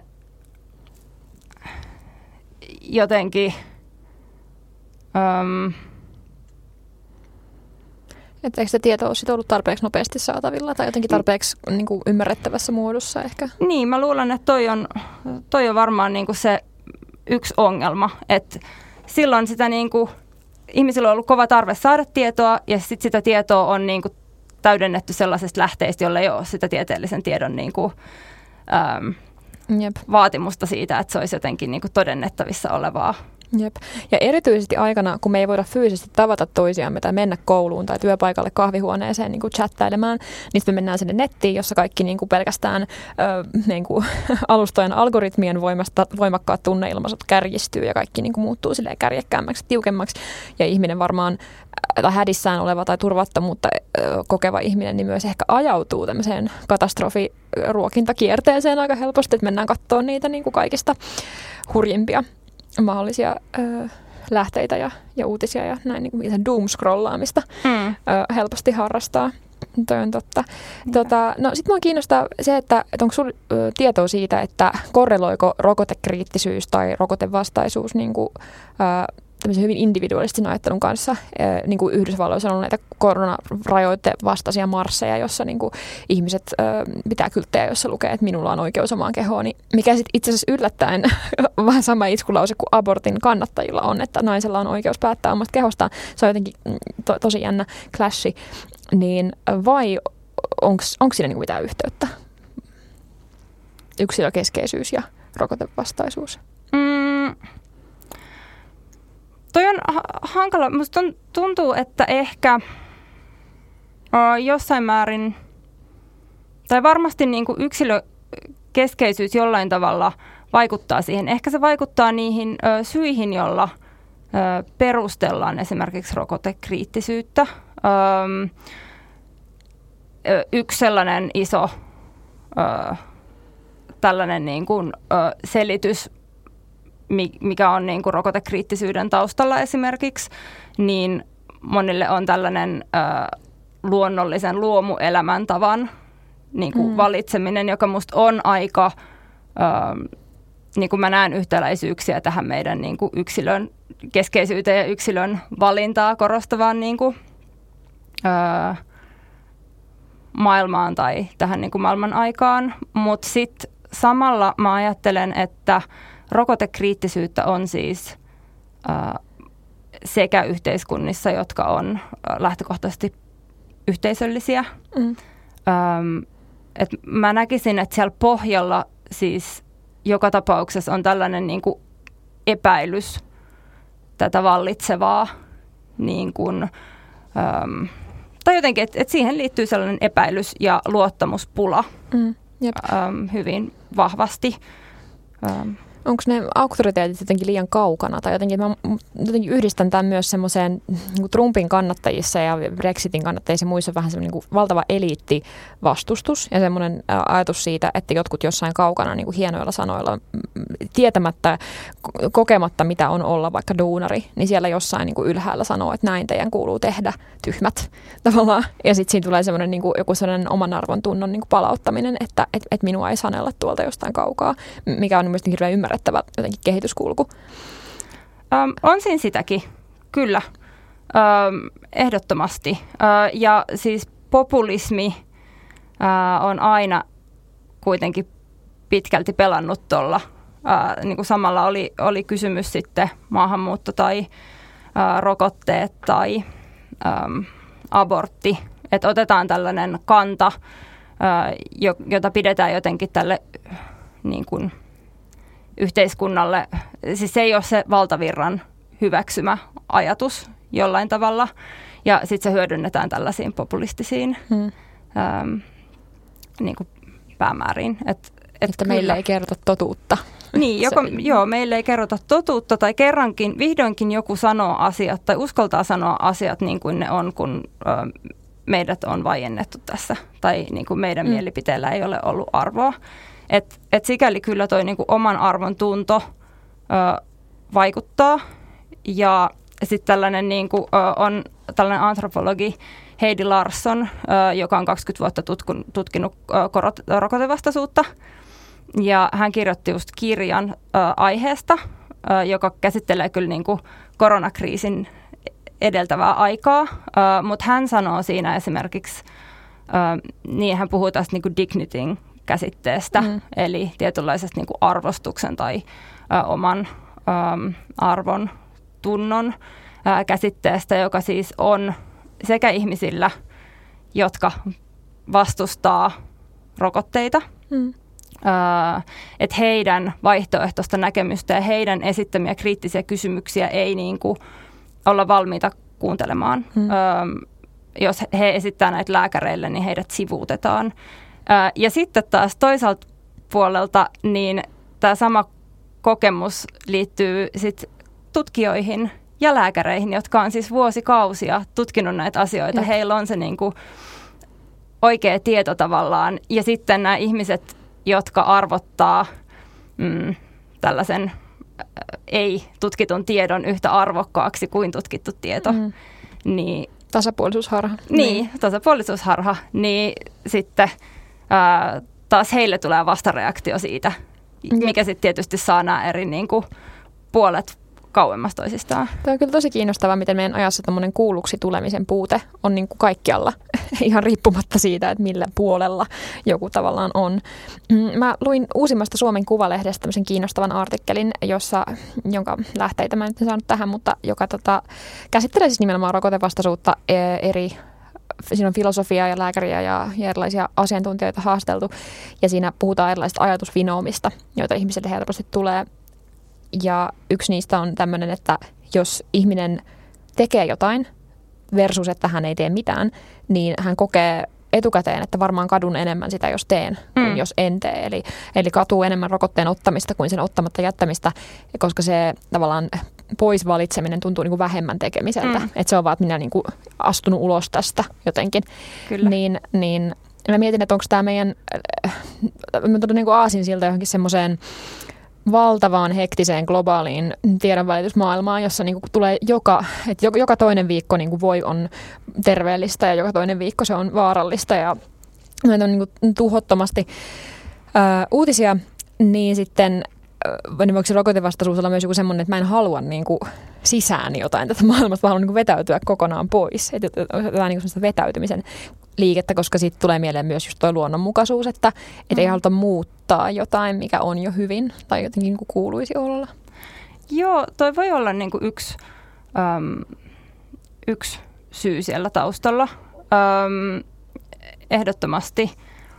jotenkin... Ähm, Että eikö se tieto ole ollut tarpeeksi nopeasti saatavilla tai jotenkin tarpeeksi niin kuin ymmärrettävässä muodossa ehkä? Niin, mä luulen, että toi on, toi on varmaan niin kuin se yksi ongelma, että silloin sitä niin kuin, ihmisillä on ollut kova tarve saada tietoa ja sitten sitä tietoa on niin kuin täydennetty sellaisesta lähteistä, jolla ei ole sitä tieteellisen tiedon niin kuin, äm, Jep. vaatimusta siitä, että se olisi jotenkin niin kuin todennettavissa olevaa. Jep. Ja erityisesti aikana, kun me ei voida fyysisesti tavata toisiamme tai mennä kouluun tai työpaikalle kahvihuoneeseen niin kuin chattailemaan, niin me mennään sinne nettiin, jossa kaikki niin kuin pelkästään ö, niin kuin alustojen algoritmien voimasta, voimakkaat tunneilmaisut kärjistyy ja kaikki niin kuin muuttuu silleen kärjekkäämmäksi, tiukemmaksi. Ja ihminen varmaan, tai hädissään oleva tai turvattomuutta ö, kokeva ihminen, niin myös ehkä ajautuu tämmöiseen katastrofiruokintakierteeseen aika helposti, että mennään katsomaan niitä niin kuin kaikista hurjimpia mahdollisia ö, lähteitä ja, ja uutisia ja näin niin kuin doom-scrollaamista mm. ö, helposti harrastaa. Toi on totta. Tota, no sit mua kiinnostaa se, että, että onko sinulla tietoa siitä, että korreloiko rokotekriittisyys tai rokotevastaisuus niin kuin, ö, tämmöisen hyvin individualistisen ajattelun kanssa. Niin kuin Yhdysvalloissa on ollut näitä koronarajoitevastaisia marsseja, jossa niin kuin ihmiset ö, pitää kylttejä, jossa lukee, että minulla on oikeus omaan kehooni. Mikä sitten itse asiassa yllättäen vähän sama iskulause kuin abortin kannattajilla on, että naisella on oikeus päättää omasta kehostaan. Se on jotenkin to, tosi jännä clashi. Niin vai onko siinä niin kuin mitään yhteyttä? Yksilökeskeisyys ja rokotevastaisuus. Mm. Toi on hankala. Musta tuntuu, että ehkä uh, jossain määrin, tai varmasti niin kuin yksilökeskeisyys jollain tavalla vaikuttaa siihen. Ehkä se vaikuttaa niihin uh, syihin, jolla uh, perustellaan esimerkiksi rokotekriittisyyttä. Um, yksi sellainen iso uh, tällainen niin kuin, uh, selitys, mikä on niin kuin rokotekriittisyyden taustalla esimerkiksi, niin monille on tällainen ö, luonnollisen luomuelämäntavan niin kuin mm. valitseminen, joka musta on aika, ö, niin kuin mä näen yhtäläisyyksiä tähän meidän niin kuin yksilön keskeisyyteen ja yksilön valintaa korostavaan niin kuin, ö, maailmaan tai tähän niin kuin maailman aikaan, mutta sitten samalla mä ajattelen, että rokotekriittisyyttä on siis äh, sekä yhteiskunnissa, jotka on äh, lähtökohtaisesti yhteisöllisiä. Mm. Ähm, et mä näkisin, että siellä pohjalla siis joka tapauksessa on tällainen niin kuin epäilys tätä vallitsevaa, niin kuin, ähm, tai jotenkin, että et siihen liittyy sellainen epäilys ja luottamuspula mm. Jep. Ähm, hyvin vahvasti. Ähm, Onko ne auktoriteetit jotenkin liian kaukana? Tai jotenkin, mä jotenkin yhdistän tämän myös semmoiseen niin Trumpin kannattajissa ja Brexitin kannattajissa ja muissa vähän semmoinen niin valtava eliittivastustus ja semmoinen ajatus siitä, että jotkut jossain kaukana niin kuin hienoilla sanoilla tietämättä, kokematta mitä on olla vaikka duunari, niin siellä jossain niin kuin ylhäällä sanoo, että näin teidän kuuluu tehdä, tyhmät tavallaan. Ja sitten siinä tulee semmoinen niin kuin joku sellainen oman arvon tunnon niin kuin palauttaminen, että et, et minua ei sanella tuolta jostain kaukaa, mikä on mielestäni hirveän ymmärrettävä jotenkin kehityskulku. Um, on siinä sitäkin, kyllä, um, ehdottomasti. Uh, ja siis populismi uh, on aina kuitenkin pitkälti pelannut tuolla. Uh, niin kuin samalla oli, oli kysymys sitten maahanmuutto tai uh, rokotteet tai um, abortti. Että otetaan tällainen kanta, uh, jota pidetään jotenkin tälle niin kuin yhteiskunnalle, siis se ei ole se valtavirran hyväksymä ajatus jollain tavalla, ja sitten se hyödynnetään tällaisiin populistisiin hmm. äm, niin kuin päämääriin. Et, et että meillä ei kerrota totuutta. Niin, joko, joo, meille ei kerrota totuutta, tai kerrankin, vihdoinkin joku sanoo asiat, tai uskaltaa sanoa asiat niin kuin ne on, kun ö, meidät on vaiennettu tässä, tai niin kuin meidän hmm. mielipiteellä ei ole ollut arvoa. Että et sikäli kyllä toi niinku oman arvon tunto ö, vaikuttaa. Ja sitten tällainen niinku, ö, on tällainen antropologi Heidi Larsson, ö, joka on kaksikymmentä vuotta tutkun, tutkinut ö, korot, rokotevastaisuutta. Ja hän kirjoitti just kirjan ö, aiheesta, ö, joka käsittelee kyllä niinku koronakriisin edeltävää aikaa, uh, mutta hän sanoo siinä esimerkiksi, uh, niin hän puhuu tästä niin kuin dignityn käsitteestä, mm. eli tietynlaisesta niin kuin arvostuksen tai uh, oman um, arvon tunnon uh, käsitteestä, joka siis on sekä ihmisillä, jotka vastustaa rokotteita, mm. uh, että heidän vaihtoehtoista näkemystä ja heidän esittämiä kriittisiä kysymyksiä ei niin kuin olla valmiita kuuntelemaan. Mm. Uh, jos he esittää näitä lääkäreille, niin heidät sivuutetaan. Uh, ja sitten taas toisaalta puolelta, niin tämä sama kokemus liittyy sit tutkijoihin ja lääkäreihin, jotka on siis vuosikausia tutkinut näitä asioita. Mm. Heillä on se niin kuin oikea tieto tavallaan. Ja sitten nämä ihmiset, jotka arvottaa mm, tällaisen äh, ei-tutkitun tiedon yhtä arvokkaaksi kuin tutkittu tieto. Mm. Niin, tasapuolisuusharha. Niin, niin, tasapuolisuusharha. Niin sitten äh, taas heille tulee vastareaktio siitä, mm. mikä sitten tietysti saa nämä eri niin kuin, puolet kauemmas toisistaan. Tämä on kyllä tosi kiinnostavaa, miten meidän ajassa tämmöinen kuulluksi tulemisen puute on niin kuin kaikkialla, ihan riippumatta siitä, että millä puolella joku tavallaan on. Mä luin uusimmasta Suomen Kuvalehdestä tämmöisen kiinnostavan artikkelin, jossa, jonka lähteitä mä nyt en saanut tähän, mutta joka tota, käsittelee siis nimenomaan rokotevastaisuutta eri. Siinä on filosofiaa ja lääkäriä ja, ja erilaisia asiantuntijoita haasteltu, ja siinä puhutaan erilaisista ajatusvinoomista, joita ihmisille helposti tulee. Ja yksi niistä on tämmöinen, että jos ihminen tekee jotain versus, että hän ei tee mitään, niin hän kokee etukäteen, että varmaan kadun enemmän sitä, jos teen, kuin mm. jos en tee. Eli, eli katuu enemmän rokotteen ottamista kuin sen ottamatta jättämistä, koska se tavallaan pois valitseminen tuntuu niin kuin vähemmän tekemiseltä. Mm. Että se on vaan, että minä niin kuin astunut ulos tästä jotenkin. Kyllä. Niin, niin mä mietin, että onko tämä meidän mä tulen niin kuin aasinsilta johonkin semmoiseen valtavaan hektiseen globaaliin tiedonvälitysmaailmaan, jossa niin kuin tulee joka, että joka toinen viikko niin kuin voi on terveellistä ja joka toinen viikko se on vaarallista ja näitä on niin kuin tuhottomasti ää, uutisia, niin sitten niin voiko se rokotevastaisuus olla myös joku semmoinen, että mä en halua niin kuin sisään jotain tätä maailmasta, vaan haluan niin kuin vetäytyä kokonaan pois. Että jotain niin kuin vetäytymisen liikettä, koska siitä tulee mieleen myös just tuo luonnonmukaisuus, että et ei haluta muuttaa jotain, mikä on jo hyvin tai jotenkin niin kuin kuuluisi olla. Joo, toi voi olla niin kuin yksi, äm, yksi syy siellä taustalla. Äm, ehdottomasti.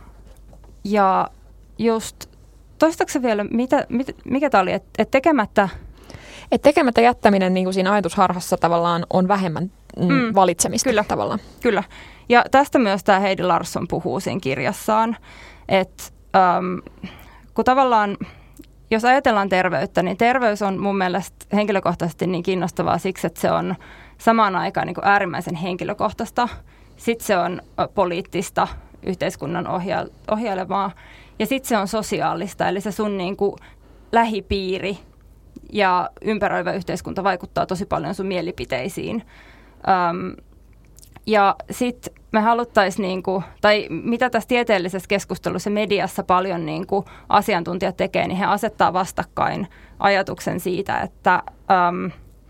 Ja just toistatko vielä, mitä, mit, mikä tämä oli, että et tekemättä... Et tekemättä jättäminen niin kuin siinä ajatusharhassa tavallaan on vähemmän mm, valitsemista kyllä, tavallaan. Kyllä. Ja tästä myös tämä Heidi Larsson puhuu siinä kirjassaan, että ähm, kun tavallaan, jos ajatellaan terveyttä, niin terveys on mun mielestä henkilökohtaisesti niin kiinnostavaa siksi, että se on samaan aikaan niin kuin äärimmäisen henkilökohtaista. Sitten se on poliittista, yhteiskunnan ohja- ohjailevaa. Ja sitten se on sosiaalista, eli se sun niin kuin lähipiiri ja ympäröivä yhteiskunta vaikuttaa tosi paljon sun mielipiteisiin. Öm, ja sitten me haluttaisiin, niin kuin, tai mitä tässä tieteellisessä keskustelussa mediassa paljon niin kuin asiantuntijat tekee, niin he asettaa vastakkain ajatuksen siitä, että, öm,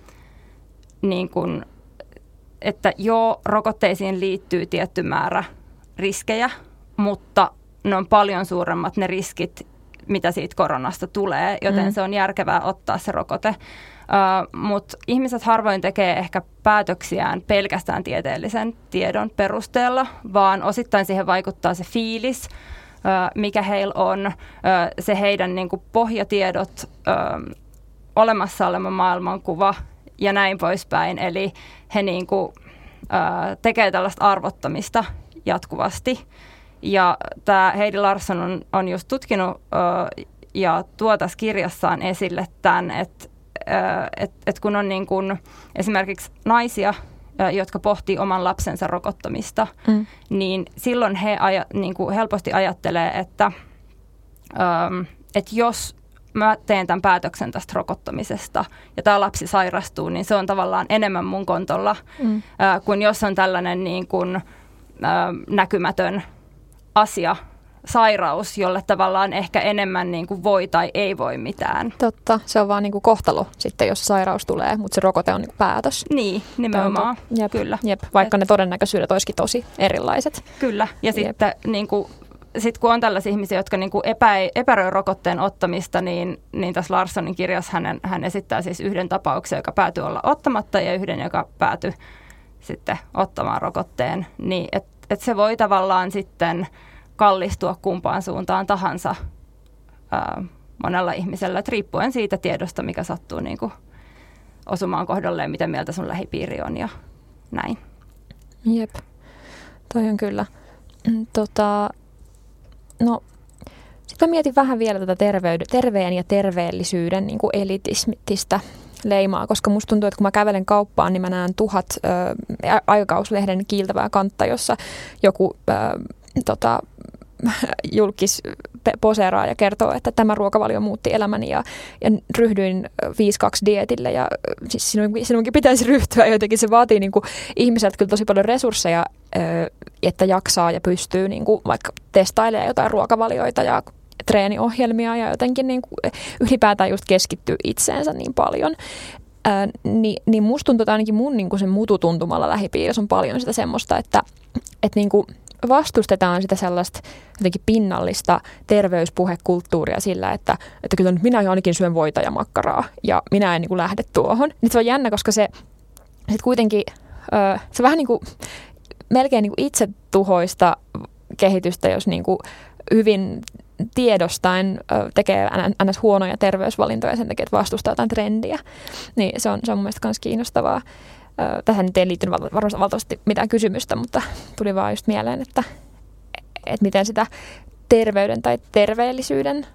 niin kuin, että joo, rokotteisiin liittyy tietty määrä riskejä, mutta ne on paljon suuremmat ne riskit, mitä siitä koronasta tulee, joten mm. se on järkevää ottaa se rokote. Uh, mutta ihmiset harvoin tekee ehkä päätöksiään pelkästään tieteellisen tiedon perusteella, vaan osittain siihen vaikuttaa se fiilis, uh, mikä heillä on, uh, se heidän niinku pohjatiedot, uh, olemassa oleva maailmankuva ja näin poispäin. Eli he niinku, uh, tekee tällaista arvottamista jatkuvasti. Ja tämä Heidi Larsson on, on just tutkinut ö, ja tuo tässä kirjassaan esille tämän, että et, et kun on niin kun esimerkiksi naisia, ö, jotka pohtii oman lapsensa rokottamista, mm. niin silloin he aja, niin kun helposti ajattelee, että ö, et jos mä teen tämän päätöksen tästä rokottamisesta ja tämä lapsi sairastuu, niin se on tavallaan enemmän mun kontolla mm. ö, kuin jos on tällainen niin kun, ö, näkymätön asia, sairaus, jolle tavallaan ehkä enemmän niin kuin voi tai ei voi mitään. Totta, se on vaan niin kuin kohtalo sitten, jos sairaus tulee, mutta se rokote on niin kuin päätös. Niin, nimenomaan, jep, kyllä. Jep, vaikka Et, ne todennäköisyydet olisikin tosi erilaiset. Kyllä, ja jep. sitten niin kuin, sit kun on tällaisia ihmisiä, jotka niin kuin epä, epäröi rokotteen ottamista, niin, niin tässä Larssonin kirjassa hän, hän esittää siis yhden tapauksen, joka päätyi olla ottamatta ja yhden, joka päätyi sitten ottamaan rokotteen. Niin, et, et se voi tavallaan sitten kallistua kumpaan suuntaan tahansa ää, monella ihmisellä, että riippuen siitä tiedosta, mikä sattuu niin kuin osumaan kohdalleen, mitä mieltä sun lähipiiri on ja näin. Jep, toi on kyllä. Tota, no, sitten mä mietin vähän vielä tätä terveyden, terveen ja terveellisyyden niin kuin elitististä leimaa, koska musta tuntuu, että kun mä kävelen kauppaan, niin mä näen tuhat ö, aikakauslehden kiiltävää kantta, jossa joku ö, tota, julkis poseeraa ja kertoo, että tämä ruokavalio muutti elämäni ja, ja ryhdyin viisi kaksi dietille ja siis sinun, sinunkin pitäisi ryhtyä jotenkin. Se vaatii niin kuin ihmiseltä kyllä tosi paljon resursseja, että jaksaa ja pystyy niin kuin vaikka testailemaan jotain ruokavalioita ja treeniohjelmia ja jotenkin niin kuin ylipäätään just keskittyy itseensä niin paljon. Ää, niin, niin musta tuntuu, että ainakin mun niin kuin sen mututuntumalla lähipiirissä on paljon sitä semmoista, että, että niin kuin vastustetaan sitä sellaista jotenkin pinnallista terveyspuhekulttuuria sillä, että, että kyllä nyt minä ainakin syön voita ja makkaraa ja minä en niin kuin lähde tuohon. Nyt se on jännä, koska se sit kuitenkin ö, se vähän niin kuin melkein niin kuin itsetuhoista kehitystä, jos niin kuin hyvin tiedostaen ö, tekee ns. Huonoja terveysvalintoja sen takia, että vastustaa jotain trendiä. Niin se on, se on mun mielestä myös kiinnostavaa. Tähän nyt ei liittynyt varmasti valtavasti mitään kysymystä, mutta tuli vaan just mieleen, että, että miten sitä terveyden tai terveellisyyden,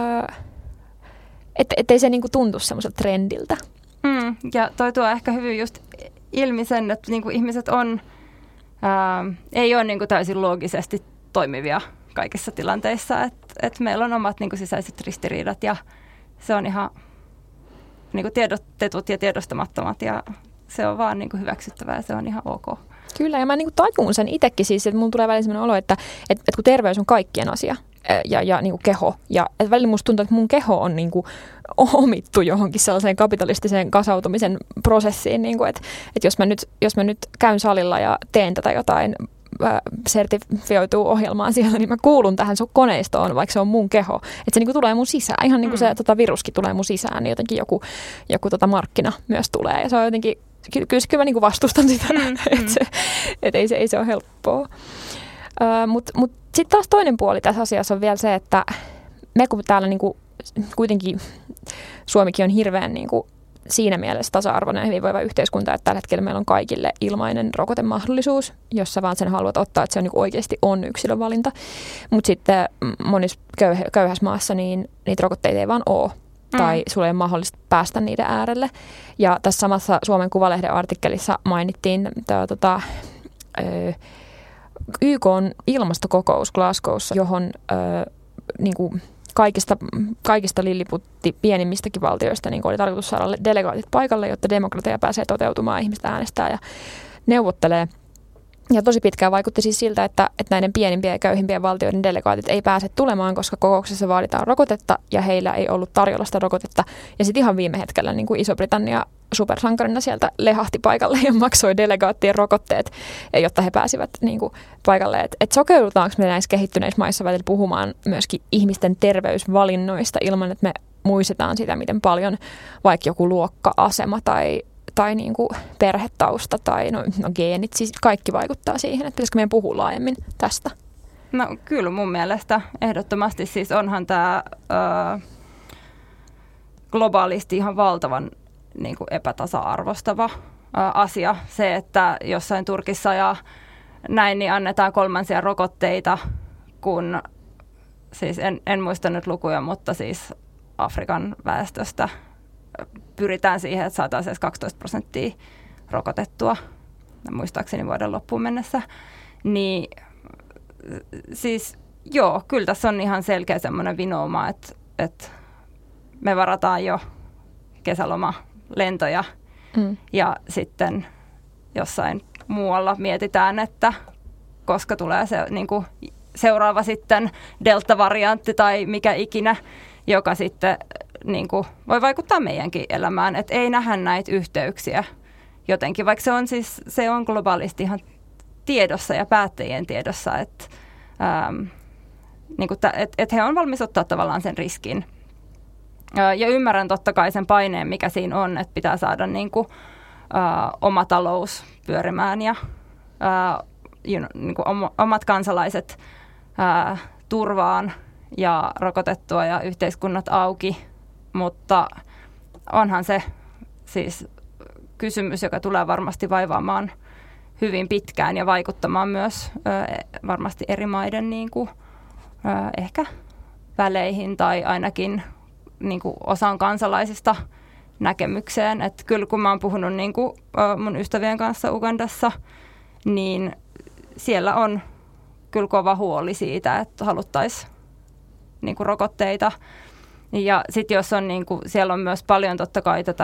että ettei se niinku tuntu semmoiselta trendiltä. Mm, ja toi tuo ehkä hyvin just ilmi sen, että niinku ihmiset on, ää, ei ole niinku täysin loogisesti toimivia kaikissa tilanteissa, että et meillä on omat niinku sisäiset ristiriidat ja se on ihan niinku tiedostetut ja tiedostamattomat ja se on vaan niin kuin hyväksyttävää ja se on ihan ok. Kyllä, ja mä niin kuin tajun sen itsekin siis, että mulla tulee välillä sellainen olo, että, että, että kun terveys on kaikkien asia ja, ja niin kuin keho, ja että välillä musta tuntuu, että mun keho on niin kuin omittu johonkin sellaiseen kapitalistiseen kasautumisen prosessiin, niin kuin, että, että jos, mä nyt, jos mä nyt käyn salilla ja teen tätä jotain sertifioituu ohjelmaan siellä, niin mä kuulun tähän koneistoon, vaikka se on mun keho. Että se niin kuin tulee mun sisään. Ihan niin kuin se tota, viruskin tulee mun sisään, niin jotenkin joku, joku tota, markkina myös tulee. Ja se on jotenkin, kyllä, kyllä mä niin kuin vastustan sitä, mm, että se, et ei, se, ei se ole helppoa. Uh, Mutta mut sitten taas toinen puoli tässä asiassa on vielä se, että me kun täällä niin kuin, kuitenkin Suomikin on hirveän niin kuin, siinä mielessä tasa-arvoinen ja hyvinvoiva yhteiskunta, että tällä hetkellä meillä on kaikille ilmainen rokotemahdollisuus, jos sä vaan sen haluat ottaa, että se on niin oikeasti on yksilövalinta. Mutta sitten monissa köyhä, köyhässä maassa niin niitä rokotteita ei vaan ole, mm. tai sulla ei ole mahdollista päästä niiden äärelle. Ja tässä samassa Suomen Kuvalehden artikkelissa mainittiin tää, tota, ö, Y K:n ilmastokokous Glasgowssa, johon ö, niin kuin Kaikista, kaikista lilliputti pienimmistäkin valtioista niin oli tarkoitus saada delegaatit paikalle, jotta demokratia pääsee toteutumaan, ihmistä äänestää ja neuvottelee. Ja tosi pitkään vaikutti siis siltä, että, että näiden pienimpien ja köyhimpien valtioiden delegaatit ei pääse tulemaan, koska kokouksessa vaaditaan rokotetta ja heillä ei ollut tarjolla sitä rokotetta. Ja sitten ihan viime hetkellä niin kuin Iso-Britannia supersankarina sieltä lehahti paikalle ja maksoi delegaattien rokotteet, jotta he pääsivät niin kuin paikalle. Että et sokeudutaanko me näissä kehittyneissä maissa välillä puhumaan myöskin ihmisten terveysvalinnoista ilman, että me muistetaan sitä, miten paljon vaikka joku luokka-asema tai tai niin kuin perhetausta tai no, no geenit, siis kaikki vaikuttaa siihen, että pitäisikö meidän puhua laajemmin tästä? No kyllä mun mielestä ehdottomasti siis onhan tämä ö, globaalisti ihan valtavan niin kuin epätasa-arvostava ö, asia. Se, että jossain Turkissa ja näin niin annetaan kolmansia rokotteita, kun siis en, en muista nyt lukuja, mutta siis Afrikan väestöstä pyritään siihen, että saataisiin kaksitoista prosenttia rokotettua, muistaakseni vuoden loppuun mennessä. Niin siis joo, kyllä tässä on ihan selkeä semmoinen vinouma, että, että me varataan jo kesälomalentoja mm. ja sitten jossain muualla mietitään, että koska tulee se niin kuin seuraava sitten delta-variantti tai mikä ikinä, joka sitten niin kuin, voi vaikuttaa meidänkin elämään. Että ei nähdä näitä yhteyksiä jotenkin, vaikka se on, siis, se on globaalisti ihan tiedossa ja päättäjien tiedossa, että ähm, niin kuin, et, et he on valmis ottaa tavallaan sen riskin. Ja ymmärrän totta kai sen paineen, mikä siinä on, että pitää saada niin kuin, äh, oma talous pyörimään ja äh, you know, niin kuin omat kansalaiset äh, turvaan ja rokotettua ja yhteiskunnat auki, mutta onhan se siis kysymys, joka tulee varmasti vaivaamaan hyvin pitkään ja vaikuttamaan myös äh, varmasti eri maiden niin kuin, äh, ehkä väleihin tai ainakin niin kuin osan kansalaisista näkemykseen. Että kyllä kun mä oon puhunut niin kuin mun ystävien kanssa Ugandassa, niin siellä on kyllä kova huoli siitä, että haluttaisiin niin kuin rokotteita. Ja sitten jos on, niin kuin, siellä on myös paljon totta kai tätä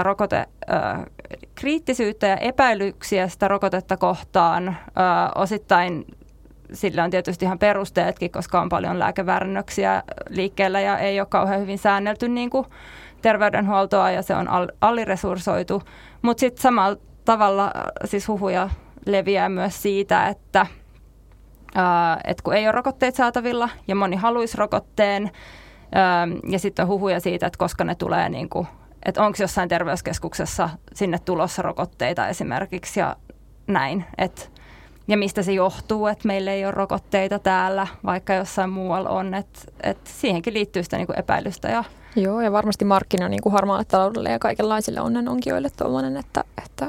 rokotekriittisyyttä ja epäilyksiä sitä rokotetta kohtaan. Ö, osittain sillä on tietysti ihan perusteetkin, koska on paljon lääkeväärennöksiä liikkeellä ja ei ole kauhean hyvin säännelty niin kuin terveydenhuoltoa ja se on al- aliresursoitu. Mutta sitten samalla tavalla siis huhuja leviää myös siitä, että ää, et kun ei ole rokotteita saatavilla ja moni haluaisi rokotteen ää, ja sitten on huhuja siitä, että koska ne tulee, niin kuin, että onko jossain terveyskeskuksessa sinne tulossa rokotteita esimerkiksi ja näin, että ja mistä se johtuu, että meillä ei ole rokotteita täällä, vaikka jossain muualla on, että, että siihenkin liittyy sitä niin kuin epäilystä. Ja joo, ja varmasti markkina niin kuin harmaalle taloudelle ja kaikenlaisille onnenonkijoille tuollainen, että, että,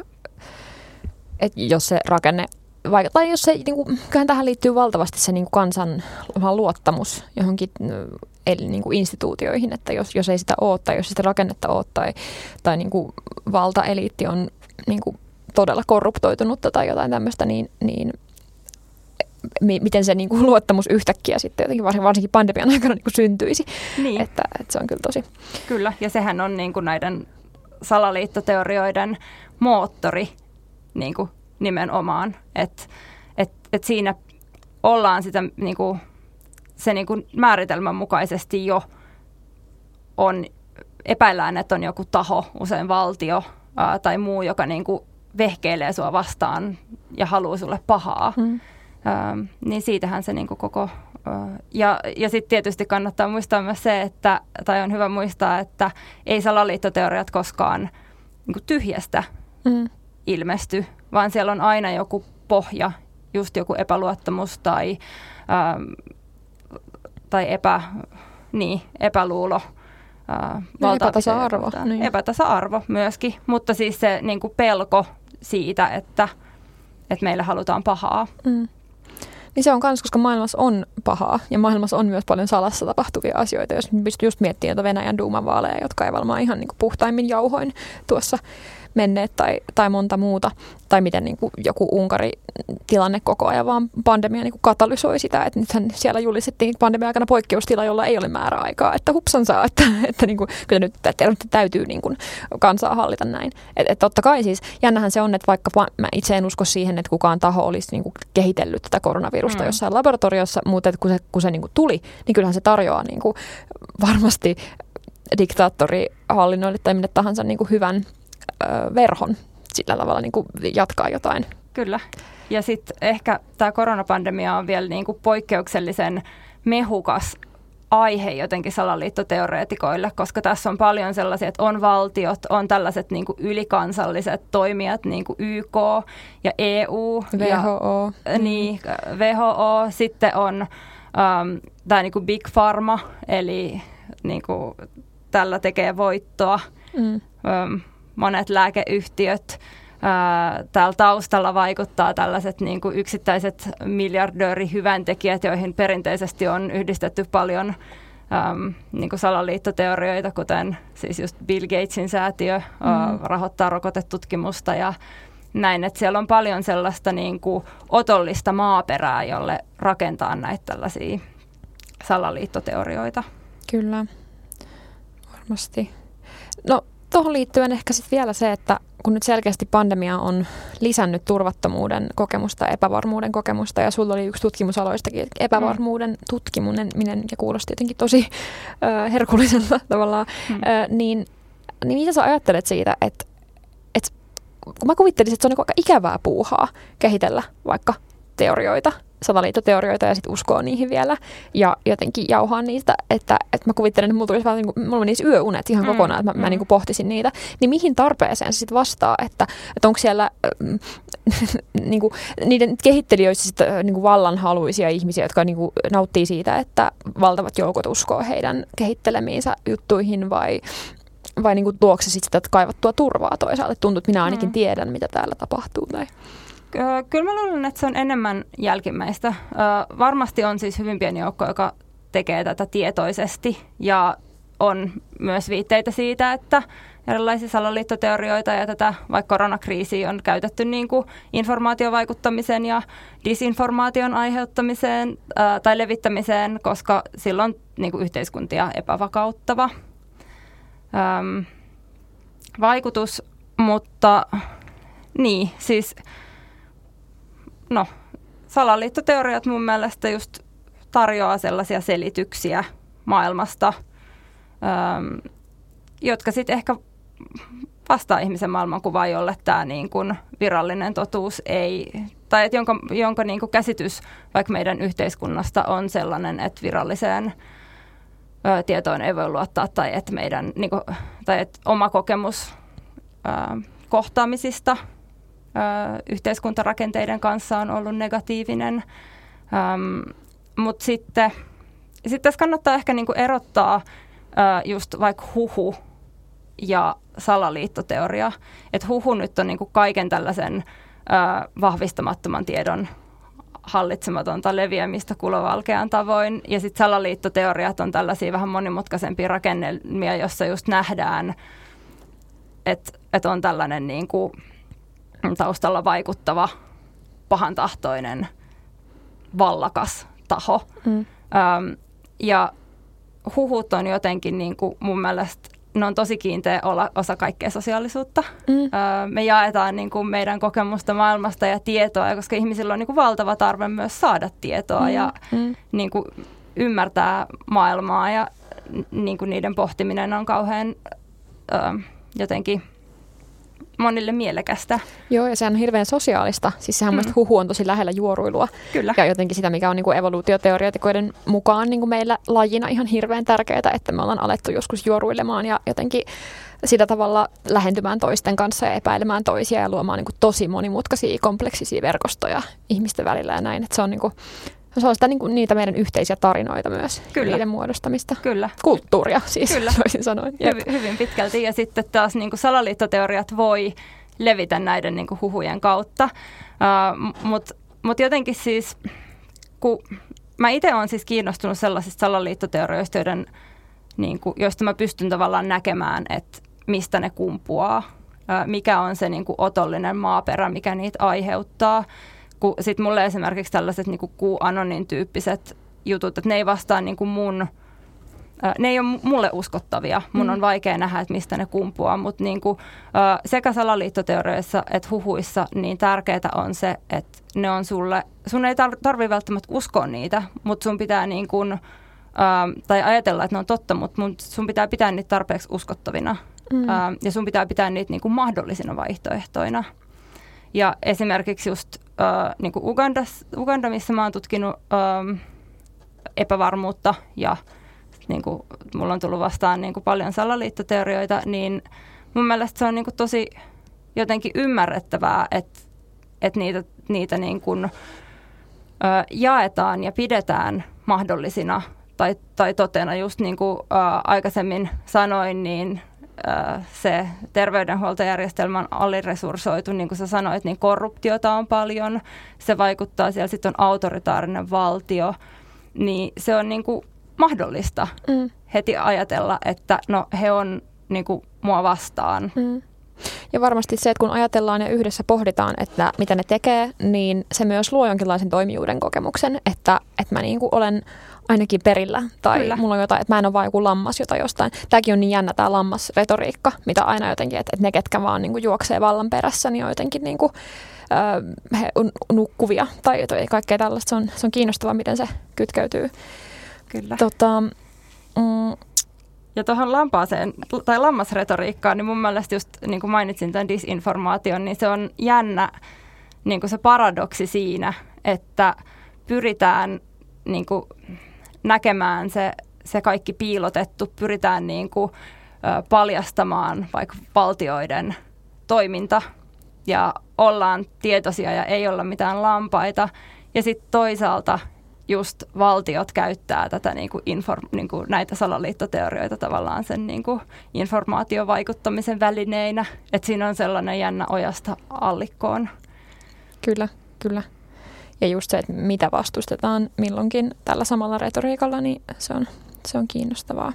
että jos se rakenne, tai jos se, niin kuin, kyllähän tähän liittyy valtavasti se niin kuin kansan luottamus johonkin eli niin kuin instituutioihin, että jos, jos ei sitä ole tai jos sitä rakennetta ole tai, tai niin kuin valtaeliitti on niin kuin todella korruptoitunutta tai jotain tämmöistä, niin, niin mi- miten se niin kuin luottamus yhtäkkiä sitten jotenkin varsinkin pandemian aikana niin kuin syntyisi. Niin. Että, että se on kyllä tosi. Kyllä, ja sehän on niin kuin näiden salaliittoteorioiden moottori niin kuin nimenomaan, että et, et siinä ollaan sitä niin kuin, se niin kuin määritelmän mukaisesti jo on, epäillään, että on joku taho, usein valtio ää, tai muu, joka niin kuin vehkeilee sua vastaan ja haluaa sulle pahaa. Mm. Ähm, niin siitähän se niin kuin koko... Äh, ja ja sitten tietysti kannattaa muistaa myös se, että, tai on hyvä muistaa, että ei salaliittoteoriat koskaan niin kuin tyhjästä mm. ilmesty, vaan siellä on aina joku pohja, just joku epäluottamus tai, ähm, tai epä, niin, epäluulo. Uh, epätasa-arvo. Niin. Epätasa-arvo myöskin, mutta siis se niin kuin pelko siitä, että, että meille halutaan pahaa. Mm. Niin se on myös, koska maailmassa on pahaa ja maailmassa on myös paljon salassa tapahtuvia asioita. Jos pystyy just miettimään Venäjän duuman vaaleja, jotka ei varmaan ihan niin kuin puhtaimmin jauhoin tuossa menneet tai, tai monta muuta. Tai miten niin kuin joku Unkari-tilanne koko ajan vaan pandemia niin kuin katalysoi sitä. Että nythän siellä julistettiin pandemian aikana poikkeustila, jolla ei ole määräaikaa. Että hupsan saa, että, että niin kuin, kyllä nyt täytyy niin kuin kansaa hallita näin. Että et totta kai siis jännähän se on, että vaikka mä itse en usko siihen, että kukaan taho olisi niin kuin kehitellyt tätä koronavirusta mm. jossain laboratoriossa, mutta että kun se, kun se niin kuin tuli, niin kyllähän se tarjoaa niin kuin varmasti diktaattorihallinnoille tai minne tahansa niin kuin hyvän verhon sillä tavalla niin kuin jatkaa jotain. Kyllä. Ja sitten ehkä tämä koronapandemia on vielä niin kuin poikkeuksellisen mehukas aihe jotenkin salaliittoteoreetikoille, koska tässä on paljon sellaisia, että on valtiot, on tällaiset niin kuin ylikansalliset toimijat, niin kuin Y K ja E U. W H O. Ja, niin, W H O. Sitten on um, tämä niin kuin Big Pharma, eli niin kuin tällä tekee voittoa. Mm. Um, monet lääkeyhtiöt. Ää, täällä taustalla vaikuttaa tällaiset niin kuin yksittäiset miljardöörihyväntekijät, joihin perinteisesti on yhdistetty paljon äm, niin kuin salaliittoteorioita, kuten siis just Bill Gatesin säätiö mm. ää, rahoittaa rokotetutkimusta ja näin. Että siellä on paljon sellaista niin kuin otollista maaperää, jolle rakentaa näitä tällaisia salaliittoteorioita. Kyllä, varmasti. No tuohon liittyen ehkä sitten vielä se, että kun nyt selkeästi pandemia on lisännyt turvattomuuden kokemusta, epävarmuuden kokemusta, ja sulla oli yksi tutkimusaloistakin, että epävarmuuden mm. tutkiminen ja kuulosti jotenkin tosi ö, herkulliselta tavallaan, mm. ö, niin, niin mitä sä ajattelet siitä, että, että kun mä kuvittelisin, että se on niin aika ikävää puuhaa kehitellä vaikka teorioita, salaliittoteorioita ja sitten uskoo niihin vielä ja jotenkin jauhaa niistä, että, että mä kuvittelen, että mulla tulisi vähän niin kuin, mulla menisi yöunet ihan kokonaan, että mä, mm. mä niin kuin pohtisin niitä. Niin mihin tarpeeseen se sitten vastaa, että, että onko siellä äh, niin kuin, niiden kehittelijöissä sitten äh, niin kuin vallanhaluisia ihmisiä, jotka niin kuin nauttii siitä, että valtavat joukot uskoo heidän kehittelemiinsä juttuihin vai vai niin kuin tuokse sitten sitä kaivattua turvaa toisaalta. Tuntuu, että minä ainakin mm. tiedän, mitä täällä tapahtuu. Tai Kyllä mä luulen, että se on enemmän jälkimmäistä. Varmasti on siis hyvin pieni joukko, joka tekee tätä tietoisesti ja on myös viitteitä siitä, että erilaisia salaliittoteorioita ja tätä vaikka koronakriisiä on käytetty niin kuin informaatiovaikuttamisen ja disinformaation aiheuttamiseen ää, tai levittämiseen, koska silloin niin kuin yhteiskuntia epävakauttava äm, vaikutus, mutta niin siis no, salaliittoteoriat mun mielestä just tarjoaa sellaisia selityksiä maailmasta, ähm, jotka sitten ehkä vastaa ihmisen maailmankuvaa, jolle tämä niin kun virallinen totuus ei, tai et jonka, jonka niin kun käsitys vaikka meidän yhteiskunnasta on sellainen, että viralliseen ö, tietoon ei voi luottaa, tai että meidän niin kun, tai et oma kokemus ö, kohtaamisista yhteiskuntarakenteiden kanssa on ollut negatiivinen, ähm, mutta sitten sit tässä kannattaa ehkä niinku erottaa äh, just vaikka huhu ja salaliittoteoria. Et huhu nyt on niinku kaiken tällaisen äh, vahvistamattoman tiedon hallitsematonta leviämistä kulovalkean tavoin, ja sitten salaliittoteoriat on tällaisia vähän monimutkaisempia rakennelmia, jossa just nähdään, että et on tällainen niinku taustalla vaikuttava, pahantahtoinen, vallakas taho. Mm. Öm, ja huhut on jotenkin niin kuin mun mielestä, ne on tosi kiinteä olla osa kaikkea sosiaalisuutta. Mm. Öö, me jaetaan niin kuin meidän kokemusta maailmasta ja tietoa, koska ihmisillä on niin kuin valtava tarve myös saada tietoa mm. ja mm. Niin kuin ymmärtää maailmaa, ja niin kuin niiden pohtiminen on kauhean öö, jotenkin monille mielekästä. Joo, ja sehän on hirveän sosiaalista. Siis sehän mm. mielestäni huhu on tosi lähellä juoruilua. Kyllä. Ja jotenkin sitä, mikä on niin kuin evoluutioteoreetikoiden mukaan niin kuin meillä lajina ihan hirveän tärkeää, että me ollaan alettu joskus juoruilemaan ja jotenkin sillä tavalla lähentymään toisten kanssa ja epäilemään toisia ja luomaan niin kuin tosi monimutkaisia, kompleksisia verkostoja ihmisten välillä ja näin. Että se on niin kuin, se on sitä, niin kuin, niitä meidän yhteisiä tarinoita myös. Kyllä. Niiden muodostamista. Kyllä. Kulttuuria siis, Kyllä. voisin sanoa. Hyvin, hyvin pitkälti. Ja sitten taas niin kuin salaliittoteoriat voi levitä näiden niin kuin huhujen kautta. Uh, Mutta mut jotenkin siis, kun mä itse olen siis kiinnostunut sellaisista salaliittoteorioista, joiden, niin kuin, joista mä pystyn tavallaan näkemään, että mistä ne kumpuaa. Uh, mikä on se niin kuin otollinen maaperä, mikä niitä aiheuttaa. Sitten mulle esimerkiksi tällaiset niin kuin QAnonin tyyppiset jutut, että ne ei vastaa niin kuin mun, ne ei ole mulle uskottavia. Mun mm. on vaikea nähdä, että mistä ne kumpuaa, mutta niin kuin, sekä salaliittoteorioissa että huhuissa niin tärkeää on se, että ne on sulle, sun ei tarvitse välttämättä uskoa niitä, mutta sun pitää niin kuin, tai ajatella, että ne on totta, mutta sun pitää pitää niitä tarpeeksi uskottavina mm. ja sun pitää pitää niitä niin kuin mahdollisina vaihtoehtoina. Ja esimerkiksi just äh, niin kuin Ugandas, Uganda, missä mä oon tutkinut ähm, epävarmuutta ja niin kuin, mulla on tullut vastaan niin kuin paljon salaliittoteorioita, niin mun mielestä se on niin kuin tosi jotenkin ymmärrettävää, että, että niitä, niitä niin kuin, äh, jaetaan ja pidetään mahdollisina tai, tai totena. Just niin kuin äh, aikaisemmin sanoin, niin se terveydenhuoltojärjestelmä on aliresursoitu, niin kuin sä sanoit, niin korruptiota on paljon, se vaikuttaa, siellä sitten on autoritaarinen valtio, niin se on niin kuin mahdollista mm. heti ajatella, että no he on niin kuin mua vastaan. Mm. Ja varmasti se, että kun ajatellaan ja yhdessä pohditaan, että mitä ne tekee, niin se myös luo jonkinlaisen toimijuuden kokemuksen, että, että mä niin kuin olen ainakin perillä. Tai Kyllä. mulla on jotain, että mä en ole vaan joku lammas jota jostain. Tämäkin on niin jännä tämä lammasretoriikka, mitä aina jotenkin, että, että ne ketkä vaan niin kuin juoksee vallan perässä, niin on jotenkin niin kuin, äh, he on nukkuvia tai, tai kaikkea tällaista. Se on, se on kiinnostavaa, miten se kytkeytyy. Kyllä. Tota, mm, Ja tuohon lampaaseen tai lammasretoriikkaan, niin mun mielestä just niin kuin mainitsin tämän disinformaation, niin se on jännä niin kuin se paradoksi siinä, että pyritään niin kuin näkemään se, se kaikki piilotettu, pyritään niin kuin, ö, paljastamaan vaikka valtioiden toiminta ja ollaan tietoisia ja ei olla mitään lampaita. Ja sitten toisaalta just valtiot käyttää tätä niin kuin inform, niin kuin näitä salaliittoteorioita tavallaan sen niin kuin informaatiovaikuttamisen välineinä. Että siinä on sellainen jännä ojasta allikkoon. Kyllä, kyllä. Ja just se, että mitä vastustetaan milloinkin tällä samalla retoriikalla, niin se on, se on kiinnostavaa.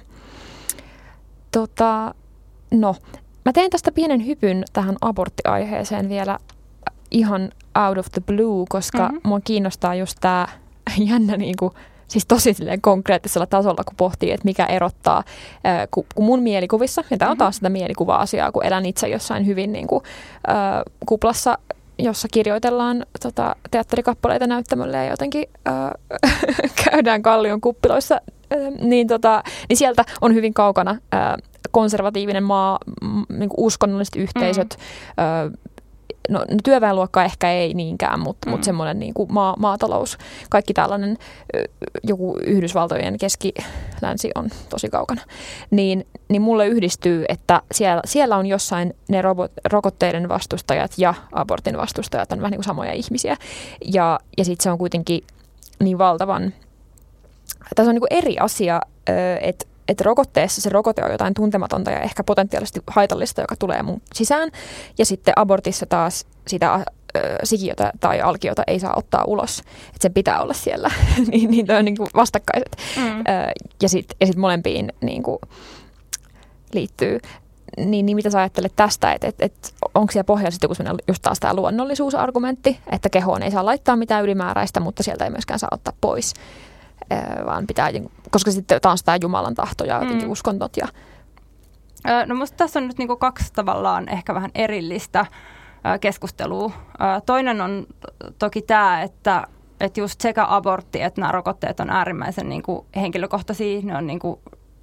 Tota, no, mä teen tästä pienen hypyn tähän aborttiaiheeseen vielä ihan out of the blue, koska mm-hmm. mua kiinnostaa just tää jännä niin kuin, siis tosi konkreettisella tasolla, kun pohtii, että mikä erottaa, kun, kun mun mielikuvissa, ja tämä on taas sitä mielikuva-asiaa, kun elän itse jossain hyvin niin kuin, äh, kuplassa, jossa kirjoitellaan tota, teatterikappaleita näyttämölle ja jotenkin äh, käydään Kallion kuppiloissa, äh, niin, tota, niin sieltä on hyvin kaukana äh, konservatiivinen maa, m- niin kuin uskonnolliset yhteisöt, mm. äh, no työväenluokka ehkä ei niinkään, mutta mm. mut semmoinen niin kuin maa, maatalous, kaikki tällainen, joku Yhdysvaltojen keski-länsi on tosi kaukana, niin, niin mulle yhdistyy, että siellä, siellä on jossain ne robot, rokotteiden vastustajat ja abortin vastustajat on vähän niin kuin samoja ihmisiä. Ja, ja sitten se on kuitenkin niin valtavan, tässä on niin kuin eri asia, että että rokotteessa se rokote on jotain tuntematonta ja ehkä potentiaalisesti haitallista, joka tulee mun sisään. Ja sitten abortissa taas sitä äh, sikiötä tai alkiota ei saa ottaa ulos. Että sen pitää olla siellä. niin, niin on niin kuin vastakkaiset. Mm. Äh, ja sitten ja sit molempiin niin kuin liittyy. Niin, niin mitä sä ajattelet tästä, että et, et, onko siellä pohjalla sitten joku just taas tämä luonnollisuusargumentti, että kehoon ei saa laittaa mitään ylimääräistä, mutta sieltä ei myöskään saa ottaa pois. Vaan pitää, koska sitten taas tämä Jumalan tahto ja jotenkin mm. uskontot. Ja... No musta tässä on nyt niinku kaksi tavallaan ehkä vähän erillistä keskustelua. Toinen on toki tämä, että, että just sekä abortti että nämä rokotteet on äärimmäisen niinku henkilökohtaisia. Ne on niinku,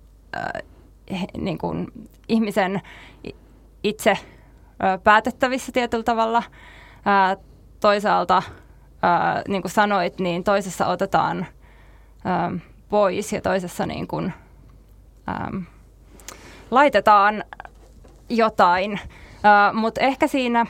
äh, niinku ihmisen itse päätettävissä tietyllä tavalla. Äh, toisaalta, äh, niin kuin sanoit, niin toisessa otetaan Ähm, pois ja toisessa niin kuin, ähm, laitetaan jotain, äh, mutta ehkä siinä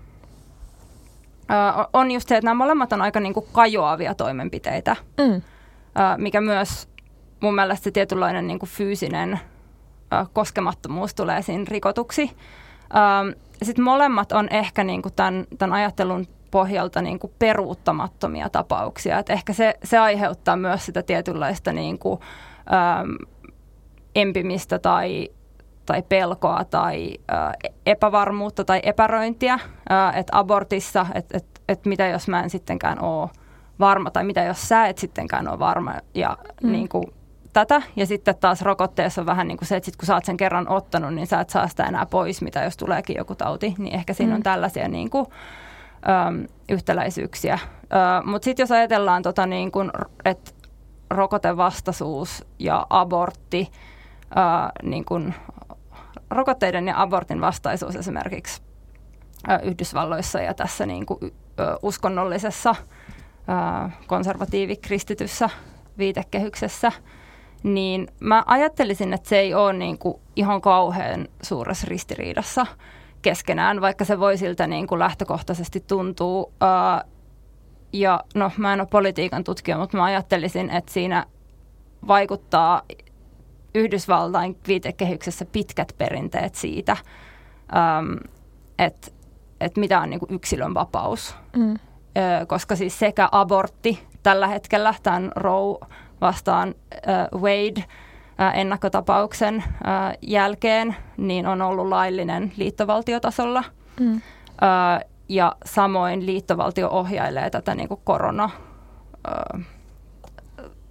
äh, on just se, että nämä molemmat on aika niin kuin kajoavia toimenpiteitä, mm. äh, mikä myös mun mielestä se tietynlainen niin kuin fyysinen äh, koskemattomuus tulee siinä rikotuksi. Ähm, sitten molemmat on ehkä niin kuin tämän, tämän ajattelun pohjalta niin kuin peruuttamattomia tapauksia. Et ehkä se, se aiheuttaa myös sitä tietynlaista niin kuin, äm, empimistä tai, tai pelkoa tai ä, epävarmuutta tai epäröintiä. Että abortissa, että et, et mitä jos mä en sittenkään ole varma tai mitä jos sä et sittenkään ole varma ja mm. niin kuin, tätä. Ja sitten taas rokotteessa on vähän niin kuin se, että sit kun sä oot sen kerran ottanut, niin sä et saa sitä enää pois, mitä jos tuleekin joku tauti. Niin ehkä siinä mm. on tällaisia niin kuin, Öm, yhtäläisyyksiä. Öö, mutta sitten jos ajatellaan, tota, niin kun, että rokotevastaisuus ja abortti, öö, niin kun, rokotteiden ja abortin vastaisuus esimerkiksi öö, Yhdysvalloissa ja tässä niin kun, ö, uskonnollisessa öö, konservatiivikristityssä viitekehyksessä, niin mä ajattelisin, että se ei ole niin kun, ihan kauhean suuressa ristiriidassa keskenään, vaikka se voi siltä niin kuin lähtökohtaisesti tuntuu. Uh, ja no, mä en ole politiikan tutkija, mutta mä ajattelisin, että siinä vaikuttaa Yhdysvaltain viitekehyksessä pitkät perinteet siitä, um, että et mitä on niin kuin yksilön vapaus. Mm. Uh, koska siis sekä abortti tällä hetkellä, tämän Roe vastaan uh, Wade, ennakkotapauksen jälkeen, niin on ollut laillinen liittovaltiotasolla. Mm. Ja samoin liittovaltio ohjailee tätä niin kuin korona,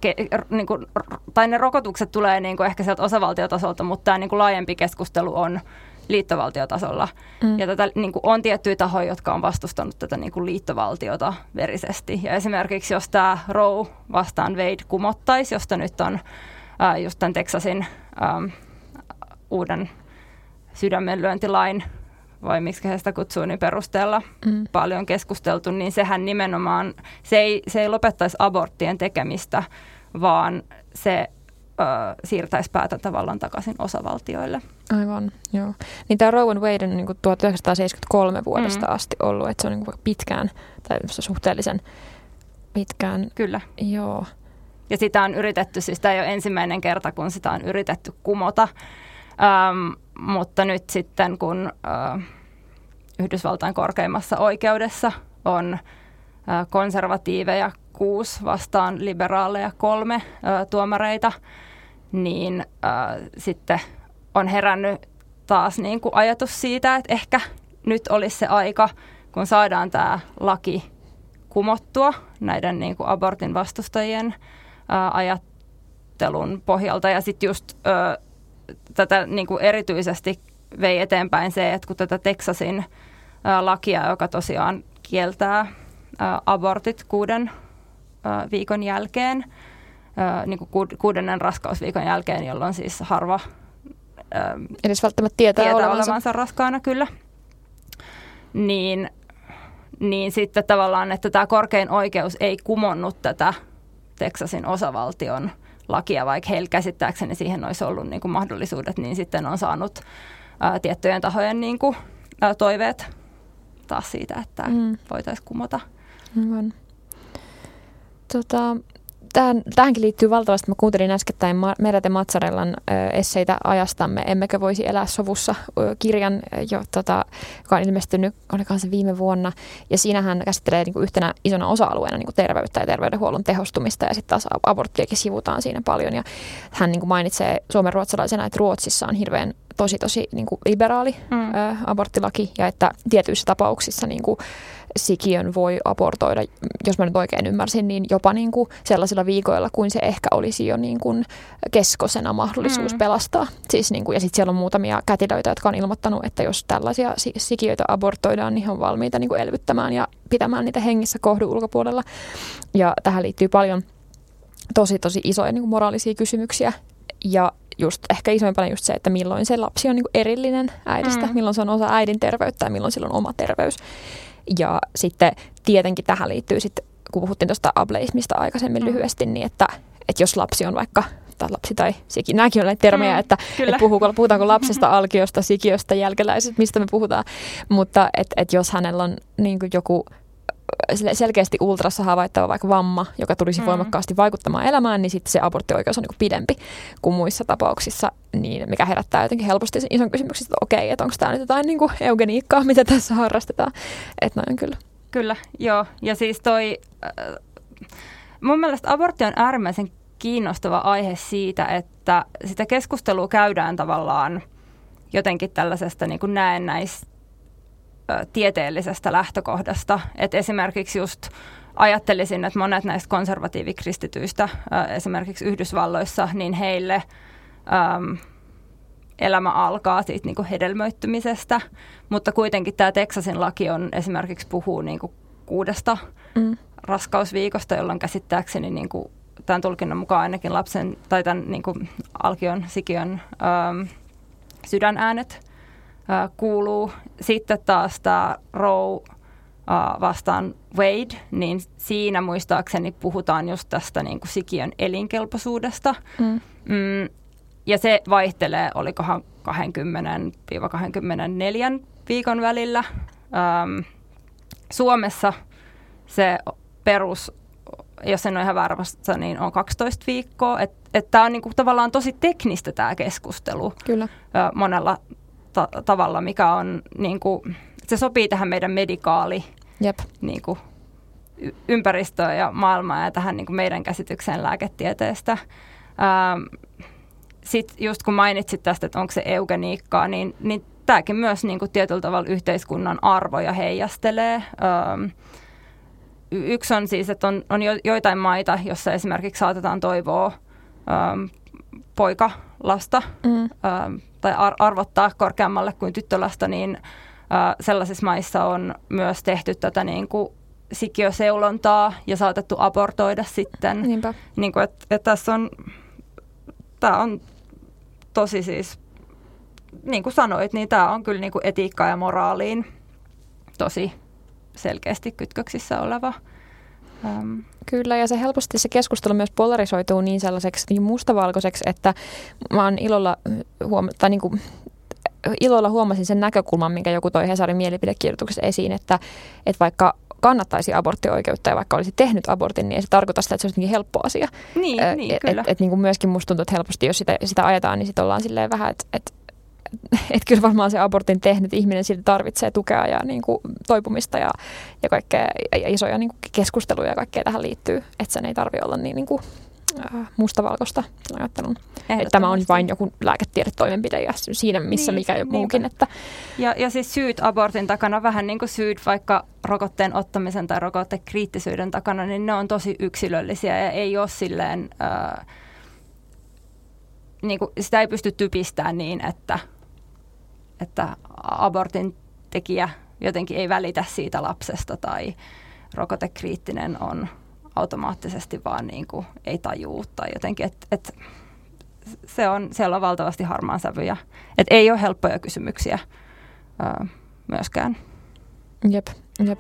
niin kuin, tai ne rokotukset tulee niin kuin ehkä sieltä osavaltiotasolta, mutta tämä niin kuin laajempi keskustelu on liittovaltiotasolla. Mm. Ja tätä, niin kuin on tiettyjä tahoja, jotka on vastustanut tätä niin kuin liittovaltiota verisesti. Ja esimerkiksi jos tämä Roe vastaan Wade kumottaisi, josta nyt on ää, just tämän Texasin ää, uuden sydämenlyöntilain, vai miksi he sitä kutsuu, niin perusteella mm. paljon keskusteltu, niin sehän nimenomaan, se ei, se ei lopettaisi aborttien tekemistä, vaan se ö, siirtäisi päätäntävallan takaisin osavaltioille. Aivan, joo. Niin tämä Roe and Wade on niin kuin tuhatyhdeksänsataaseitsemänkymmentäkolme vuodesta mm. asti ollut, että se on niin kuin pitkään, tai suhteellisen pitkään. Kyllä. Joo. Ja sitä on yritetty, siis tämä ei ole ensimmäinen kerta, kun sitä on yritetty kumota. Ähm, mutta nyt sitten, kun äh, Yhdysvaltain korkeimmassa oikeudessa on äh, konservatiiveja kuusi vastaan liberaaleja kolme äh, tuomareita, niin äh, sitten on herännyt taas niin kuin ajatus siitä, että ehkä nyt olisi se aika, kun saadaan tämä laki kumottua näiden niin kuin abortin vastustajien äh, ajattelun pohjalta. Ja sitten just äh, tätä niin kuin erityisesti vei eteenpäin se, että kun tätä Texasin ää, lakia, joka tosiaan kieltää ää, abortit kuuden ää, viikon jälkeen, ää, niin kuin ku, kuudennen raskausviikon jälkeen, jolloin siis harva ää, edes välttämättä tietää, tietää olevansa. olevansa raskaana, kyllä, niin, niin sitten tavallaan, että tämä korkein oikeus ei kumonnut tätä Texasin osavaltion lakia, vaikka heillä käsittääkseni siihen olisi ollut niin kuin mahdollisuudet, niin sitten on saanut ää, tiettyjen tahojen niin kuin, ää, toiveet taas siitä, että mm. voitaisiin kumota. Aivan. Tota, tähän, tähänkin liittyy valtavasti. Mä kuuntelin äskettäin Merete Mazzarellan ö, esseitä ajastamme, emmekö voisi elää sovussa ö, kirjan, jo, tota, joka on ilmestynyt, olikohan se viime vuonna. Ja siinä hän käsittelee niin kuin yhtenä isona osa-alueena niin kuin terveyttä ja terveydenhuollon tehostumista, ja sitten taas aborttiakin sivutaan siinä paljon. Ja hän niin kuin mainitsee suomenruotsalaisena, että Ruotsissa on hirveän tosi tosi niin kuin liberaali mm. ö, aborttilaki, ja että tietyissä tapauksissa niin kuin sikiön voi abortoida, jos mä nyt oikein ymmärsin, niin jopa niin kuin sellaisilla viikoilla, kuin se ehkä olisi jo niin kuin keskosena mahdollisuus mm. pelastaa. Siis niin kuin, ja sitten siellä on muutamia kätilöitä, jotka on ilmoittanut, että jos tällaisia sikiöitä abortoidaan, niin he on valmiita niin kuin elvyttämään ja pitämään niitä hengissä kohdun ulkopuolella. Ja tähän liittyy paljon tosi tosi isoja niin kuin moraalisia kysymyksiä. Ja just ehkä isoimpana just se, että milloin se lapsi on niin kuin erillinen äidistä, mm. milloin se on osa äidin terveyttä ja milloin sillä on oma terveys. Ja sitten tietenkin tähän liittyy sitten, kun puhuttiin tuosta ableismista aikaisemmin mm. lyhyesti, niin että, että jos lapsi on vaikka, tai lapsi tai siki, nämäkin on näitä termejä, mm, että, että puhuuko, puhutaanko lapsesta, alkiosta, sikiöstä, jälkeläisestä, mistä me puhutaan. Mutta että, että jos hänellä on niin kuin joku selkeästi ultrassa havaittava vaikka vamma, joka tulisi mm. voimakkaasti vaikuttamaan elämään, niin sitten se aborttioikeus on niin kuin pidempi kuin muissa tapauksissa, niin mikä herättää jotenkin helposti sen ison kysymyksen, että okei, että onko tämä nyt jotain niin kuin eugeniikkaa, mitä tässä harrastetaan. Että noin kyllä. Kyllä, joo. Ja siis toi, äh, mun mielestä abortti on äärimmäisen kiinnostava aihe siitä, että sitä keskustelua käydään tavallaan jotenkin tällaisesta niin kuin näennäis tieteellisestä lähtökohdasta. Et esimerkiksi just ajattelisin, että monet näistä konservatiivikristityistä esimerkiksi Yhdysvalloissa, niin heille äm, elämä alkaa siitä niin kuin hedelmöittymisestä, mutta kuitenkin tämä Texasin laki on esimerkiksi puhuu niin kuin kuudesta mm. raskausviikosta, jolloin käsittääkseni niin kuin tämän tulkinnan mukaan ainakin lapsen tai tämän niin kuin alkion, sikiön äm, sydänäänet kuuluu. Sitten taas tämä Roe vastaan Wade, niin siinä muistaakseni puhutaan just tästä niin kuin sikiön elinkelpoisuudesta. Mm. Mm, ja se vaihtelee, olikohan kaksikymmentä kaksikymmentäneljä viikon välillä. Ähm, Suomessa se perus, jos en ole ihan väärässä, niin on kaksitoista viikkoa. Että et tämä on niin kuin tavallaan tosi teknistä tämä keskustelu. Kyllä. Äh, monella Ta- tavalla, mikä on, niin kuin, se sopii tähän meidän medikaali Jep. Niin kuin, y- ympäristöön ja maailmaan ja tähän niin kuin meidän käsitykseen lääketieteestä. Ähm, Sitten just kun mainitsit tästä, että onko se eugeniikkaa, niin, niin tämäkin myös niin kuin tietyllä tavalla yhteiskunnan arvoja heijastelee. Ähm, yksi on siis, että on, on jo, joitain maita, jossa esimerkiksi saatetaan toivoa ähm, poikalasta mm. ähm, tai ar- arvottaa korkeammalle kuin tyttölasta, niin äh, sellaisissa maissa on myös tehty tätä niin kuin sikiöseulontaa ja saatettu abortoida sitten. Niinpä. Niin kuin, että, että tässä on, tämä on tosi siis, niin kuin sanoit, niin tämä on kyllä niin kuin etiikkaan ja moraaliin tosi selkeästi kytköksissä oleva. Um. Kyllä, ja se helposti se keskustelu myös polarisoituu niin sellaiseksi niin mustavalkoiseksi, että mä oon ilolla, huoma- tai niin kuin, ilolla huomasin sen näkökulman, minkä joku toi Hesarin mielipidekirjoituksessa esiin, että, että vaikka kannattaisi aborttioikeutta ja vaikka olisi tehnyt abortin, niin ei se tarkoita sitä, että se olisi jotenkin helppo asia. Niin, äh, niin kyllä. Että et, niin kuin myöskin musta tuntuu, että helposti jos sitä, sitä ajetaan, niin sitten ollaan silleen vähän, että et, et kyllä varmaan se abortin tehnyt ihminen silti tarvitsee tukea ja niin kuin toipumista ja, ja kaikkea ja isoja niin kuin keskusteluja ja kaikkea tähän liittyy, että sen ei tarvitse olla niin, niin kuin, äh, mustavalkoista ajattelun. Että tämä on vain joku lääketiedetoimenpide ja siinä missä niin, mikä niin, muukin. Että. Ja, ja siis syyt abortin takana, vähän niin kuin syyt vaikka rokotteen ottamisen tai rokotekriittisyyden takana, niin ne on tosi yksilöllisiä ja ei ole silleen, äh, niin kuin, sitä ei pysty typistämään niin, että että abortin tekijä jotenkin ei välitä siitä lapsesta tai rokotekriittinen on automaattisesti vaan niin kuin ei tajuu tai jotenkin, että et se on, siellä on valtavasti harmaan sävyjä. Että ei ole helppoja kysymyksiä ää, myöskään. Jep, jep.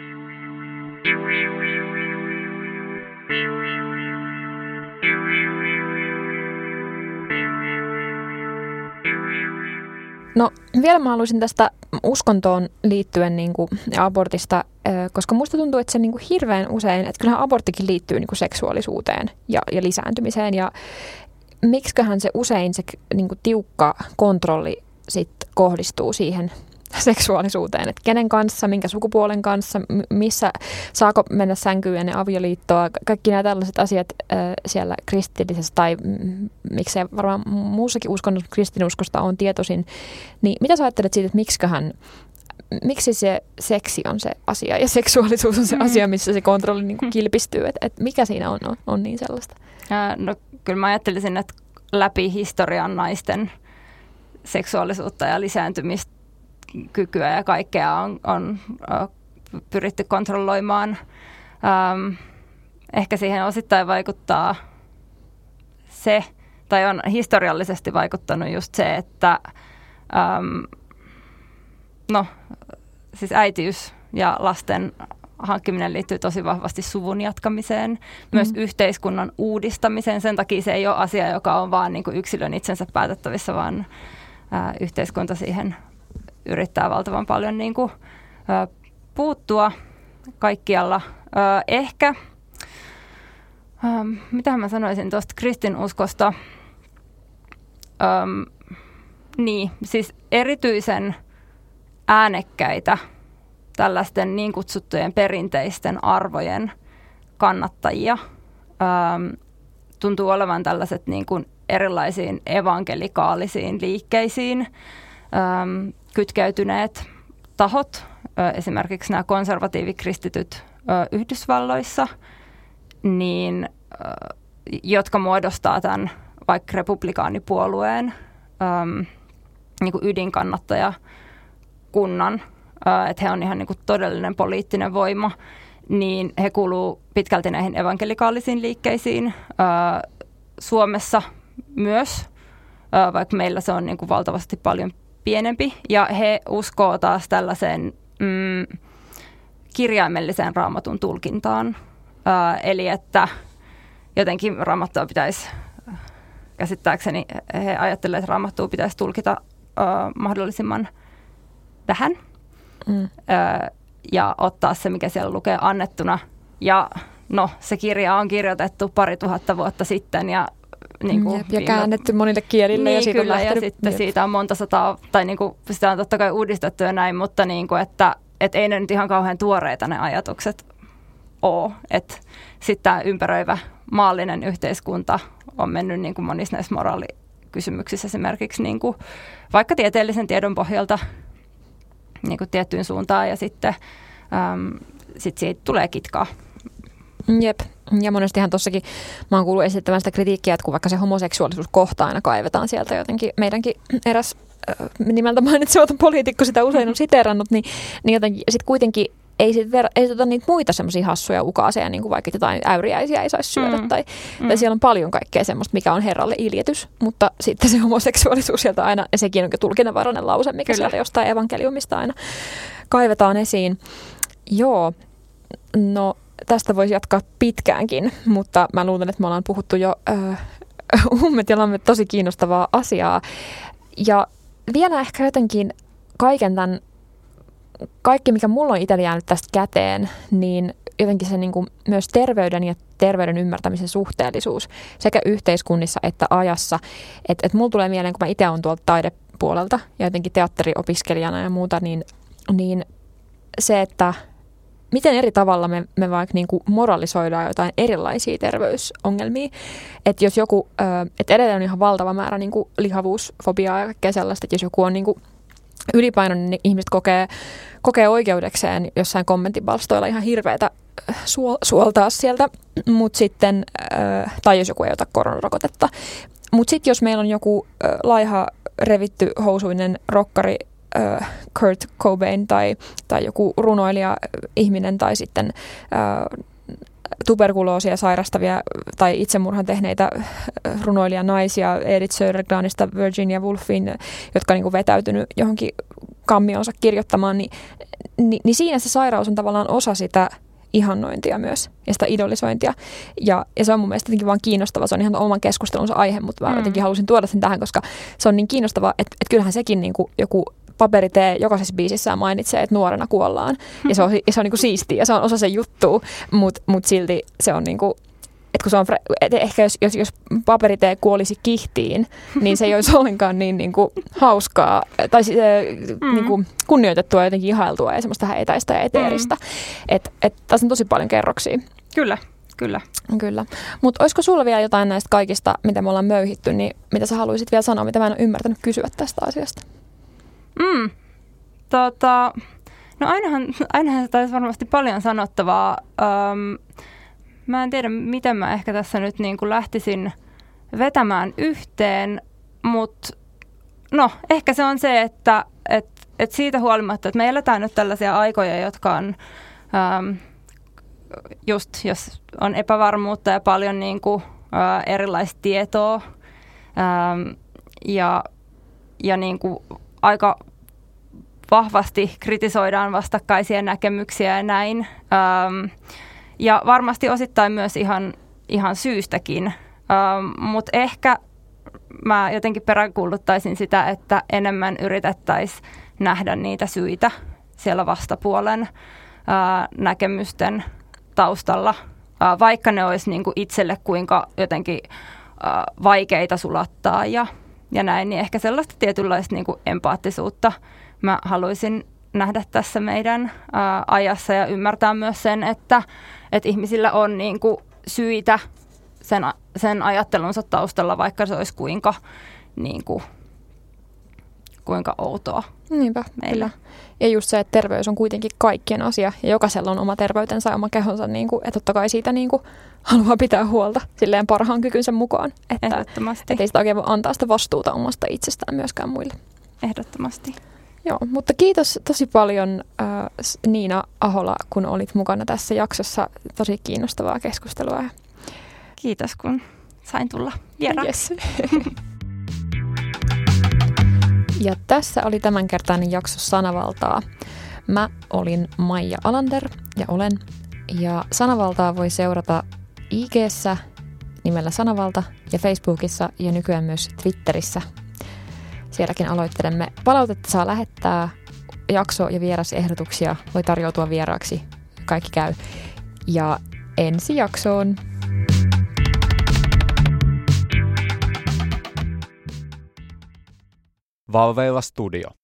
No vielä mä haluaisin tästä uskontoon liittyen niin kuin, ja abortista, koska musta tuntuu, että se niin kuin hirveän usein, että kyllähän aborttikin liittyy niin kuin seksuaalisuuteen ja, ja lisääntymiseen ja miksiköhän se usein se niin kuin tiukka kontrolli sit kohdistuu siihen seksuaalisuuteen, että kenen kanssa, minkä sukupuolen kanssa, missä, saako mennä sänkyyn ennen avioliittoa, kaikki nämä tällaiset asiat äh, siellä kristillisessä tai mm, miksei varmaan muussakin uskonnossa kristinuskosta on tietoisin, niin mitä sä ajattelet siitä, että miksiköhän, miksi se seksi on se asia ja seksuaalisuus on se mm. asia, missä se kontrolli niin kuin kilpistyy, että et mikä siinä on, on, on niin sellaista? Ää, no kyllä mä ajattelisin, että läpi historian naisten seksuaalisuutta ja lisääntymistä kykyä ja kaikkea on, on uh, pyritty kontrolloimaan. Um, ehkä siihen osittain vaikuttaa se, tai on historiallisesti vaikuttanut just se, että um, no, siis äitiys ja lasten hankkiminen liittyy tosi vahvasti suvun jatkamiseen, mm-hmm. myös yhteiskunnan uudistamiseen. Sen takia se ei ole asia, joka on vaan niin kuin yksilön itsensä päätettävissä, vaan uh, yhteiskunta siihen yrittää valtavan paljon niin kuin, ö, puuttua kaikkialla. Ö, ehkä, ö, mitä mä sanoisin tuosta kristinuskosta, ö, niin, siis erityisen äänekkäitä tällaisten niin kutsuttujen perinteisten arvojen kannattajia. Ö, tuntuu olevan tällaiset niin kuin erilaisiin evankelikaalisiin liikkeisiin ö, kytkeytyneet tahot, esimerkiksi nämä konservatiivikristityt Yhdysvalloissa, niin, jotka muodostaa tämän vaikka republikaanipuolueen niin kuin ydinkannattajakunnan, että he on ihan niin kuin todellinen poliittinen voima, niin he kuuluu pitkälti näihin evankelikaalisiin liikkeisiin Suomessa myös, vaikka meillä se on niin kuin valtavasti paljon pienempi, ja he uskoo taas tällaiseen mm, kirjaimelliseen raamatun tulkintaan. Ää, eli että jotenkin raamattua pitäisi, käsittääkseni he ajattelevat, että raamattua pitäisi tulkita ää, mahdollisimman vähän mm. ää, ja ottaa se, mikä siellä lukee annettuna. Ja no, se kirja on kirjoitettu pari tuhatta vuotta sitten, ja Niin kuin Jep, ja käännetty monille kielille. Niin, ja siitä kyllä, on lähtenyt, ja sitten jep. siitä on monta sataa, tai niin kuin, sitä on totta kai uudistettu ja näin, mutta niin kuin, että et ei ne nyt ihan kauhean tuoreita ne ajatukset ole. Että sitten tämä ympäröivä maallinen yhteiskunta on mennyt niin kuin monissa näissä moraalikysymyksissä esimerkiksi niin kuin, vaikka tieteellisen tiedon pohjalta niin kuin tiettyyn suuntaan, ja sitten äm, sitten siitä tulee kitkaa. Jep. Ja monestihan tuossakin mä oon kuullut esittämään sitä kritiikkiä, että kun vaikka se homoseksuaalisuus kohta aina kaivetaan sieltä jotenkin, meidänkin eräs äh, nimeltä mainitsematon poliitikko sitä usein on siteerannut, niin, niin jotenkin sitten kuitenkin ei sit ver- esitetä niitä muita semmoisia hassuja ukaaseja, niin kuin vaikka jotain äyriäisiä ei saisi syödä, mm. tai, mm. tai siellä on paljon kaikkea semmoista, mikä on herralle iljetys, mutta sitten se homoseksuaalisuus sieltä aina, ja sekin on tulkinnanvarainen lause, mikä Kyllä. sieltä jostain evankeliumista aina kaivetaan esiin. Joo, no tästä voisi jatkaa pitkäänkin, mutta mä luulen, että me ollaan puhuttu jo äh, ummet ja lammet tosi kiinnostavaa asiaa. Ja vielä ehkä jotenkin kaiken tämän, kaikki mikä mulla on itsellä jäänyt tästä käteen, niin jotenkin se niin kuin myös terveyden ja terveyden ymmärtämisen suhteellisuus sekä yhteiskunnissa että ajassa. Että et mulla tulee mieleen, kun mä itse olen tuolta taidepuolelta ja jotenkin teatteriopiskelijana ja muuta, niin, niin se, että miten eri tavalla me, me vaikka niin kuin moralisoidaan jotain erilaisia terveysongelmia. Että jos joku, että edelleen on ihan valtava määrä niin kuin lihavuusfobiaa ja kaikkea sellaista, että jos joku on niin kuin ylipainoinen, niin ihmiset kokee, kokee oikeudekseen jossain kommenttipalstoilla ihan hirveätä suol, suoltaa sieltä, mut sitten, tai jos joku ei ota koronarokotetta. Mutta sitten jos meillä on joku laiha revitty housuinen rokkari, Kurt Cobain tai, tai joku runoilija ihminen tai sitten ä, tuberkuloosia sairastavia tai itsemurhan tehneitä runoilijanaisia Edith Södergranista Virginia Woolfiin, jotka on niin kuin vetäytynyt johonkin kammionsa kirjoittamaan, niin, niin, niin siinä se sairaus on tavallaan osa sitä ihannointia myös ja sitä idolisointia. Ja, ja se on mun mielestä jotenkin vaan kiinnostava. Se on ihan oman keskustelunsa aihe, mutta mä mm. jotenkin halusin tuoda sen tähän, koska se on niin kiinnostava, että, että kyllähän sekin niin kuin joku Paperitee jokaisessa biisissään mainitsee, että nuorena kuollaan. Ja se on, ja se on niinku siistiä ja se on osa sen juttua, mutta mut silti se on niinku, että kun se on, et ehkä jos, jos, jos Paperitee kuolisi kihtiin, niin se ei olisi ollenkaan niin niinku hauskaa tai mm. niinku kunnioitettua ja jotenkin ihailtua ja semmoista vähän etäistä ja eteeristä. Mm. Että et, tässä on tosi paljon kerroksia. Kyllä, kyllä. Kyllä. Mutta olisiko sulla vielä jotain näistä kaikista, mitä me ollaan möyhitty, niin mitä sä haluaisit vielä sanoa, mitä mä en ole ymmärtänyt kysyä tästä asiasta? Mm. Tota, no ainahan, ainahan taisi varmasti paljon sanottavaa. Öm, mä en tiedä, miten mä ehkä tässä nyt niin kuin lähtisin vetämään yhteen, mutta no ehkä se on se, että et, et siitä huolimatta, että me eletään nyt tällaisia aikoja, jotka on öm, just, jos on epävarmuutta ja paljon niin kuin, ö, erilaista tietoa öm, ja, ja niin kuin aika vahvasti kritisoidaan vastakkaisia näkemyksiä ja näin. Ähm, ja varmasti osittain myös ihan, ihan syystäkin. Ähm, Mutta ehkä mä jotenkin peräänkuuluttaisin sitä, että enemmän yritettäisiin nähdä niitä syitä siellä vastapuolen äh, näkemysten taustalla, äh, vaikka ne olisi niinku itselle kuinka jotenkin äh, vaikeita sulattaa ja Ja näin, niin ehkä sellaista tietynlaista niin kuin empaattisuutta mä haluaisin nähdä tässä meidän ää, ajassa ja ymmärtää myös sen, että, että ihmisillä on niin kuin syitä sen, sen ajattelunsa taustalla, vaikka se olisi kuinka, niin kuin, kuinka outoa. Niinpä, meillä. Ja just se, että terveys on kuitenkin kaikkien asia ja jokaisella on oma terveytensä ja oma kehonsa, niin kuin, että totta kai siitä niin kuin, haluaa pitää huolta silleen parhaan kykynsä mukaan. Että, Ehdottomasti. Että ei sitä oikein voi antaa sitä vastuuta omasta itsestään myöskään muille. Ehdottomasti. Joo, mutta kiitos tosi paljon äh, Niina Ahola, kun olit mukana tässä jaksossa. Tosi kiinnostavaa keskustelua. Kiitos, kun sain tulla vieraaksi. Yes. Ja tässä oli tämänkertainen jakso Sanavaltaa. Mä olin Maija Alander ja olen. Ja Sanavaltaa voi seurata I G:ssä nimellä Sanavalta ja Facebookissa ja nykyään myös Twitterissä. Sielläkin aloittelemme. Palautetta saa lähettää, jakso- ja vierasehdotuksia voi tarjoutua vieraaksi. Kaikki käy. Ja ensi jaksoon. Valveilla Studio.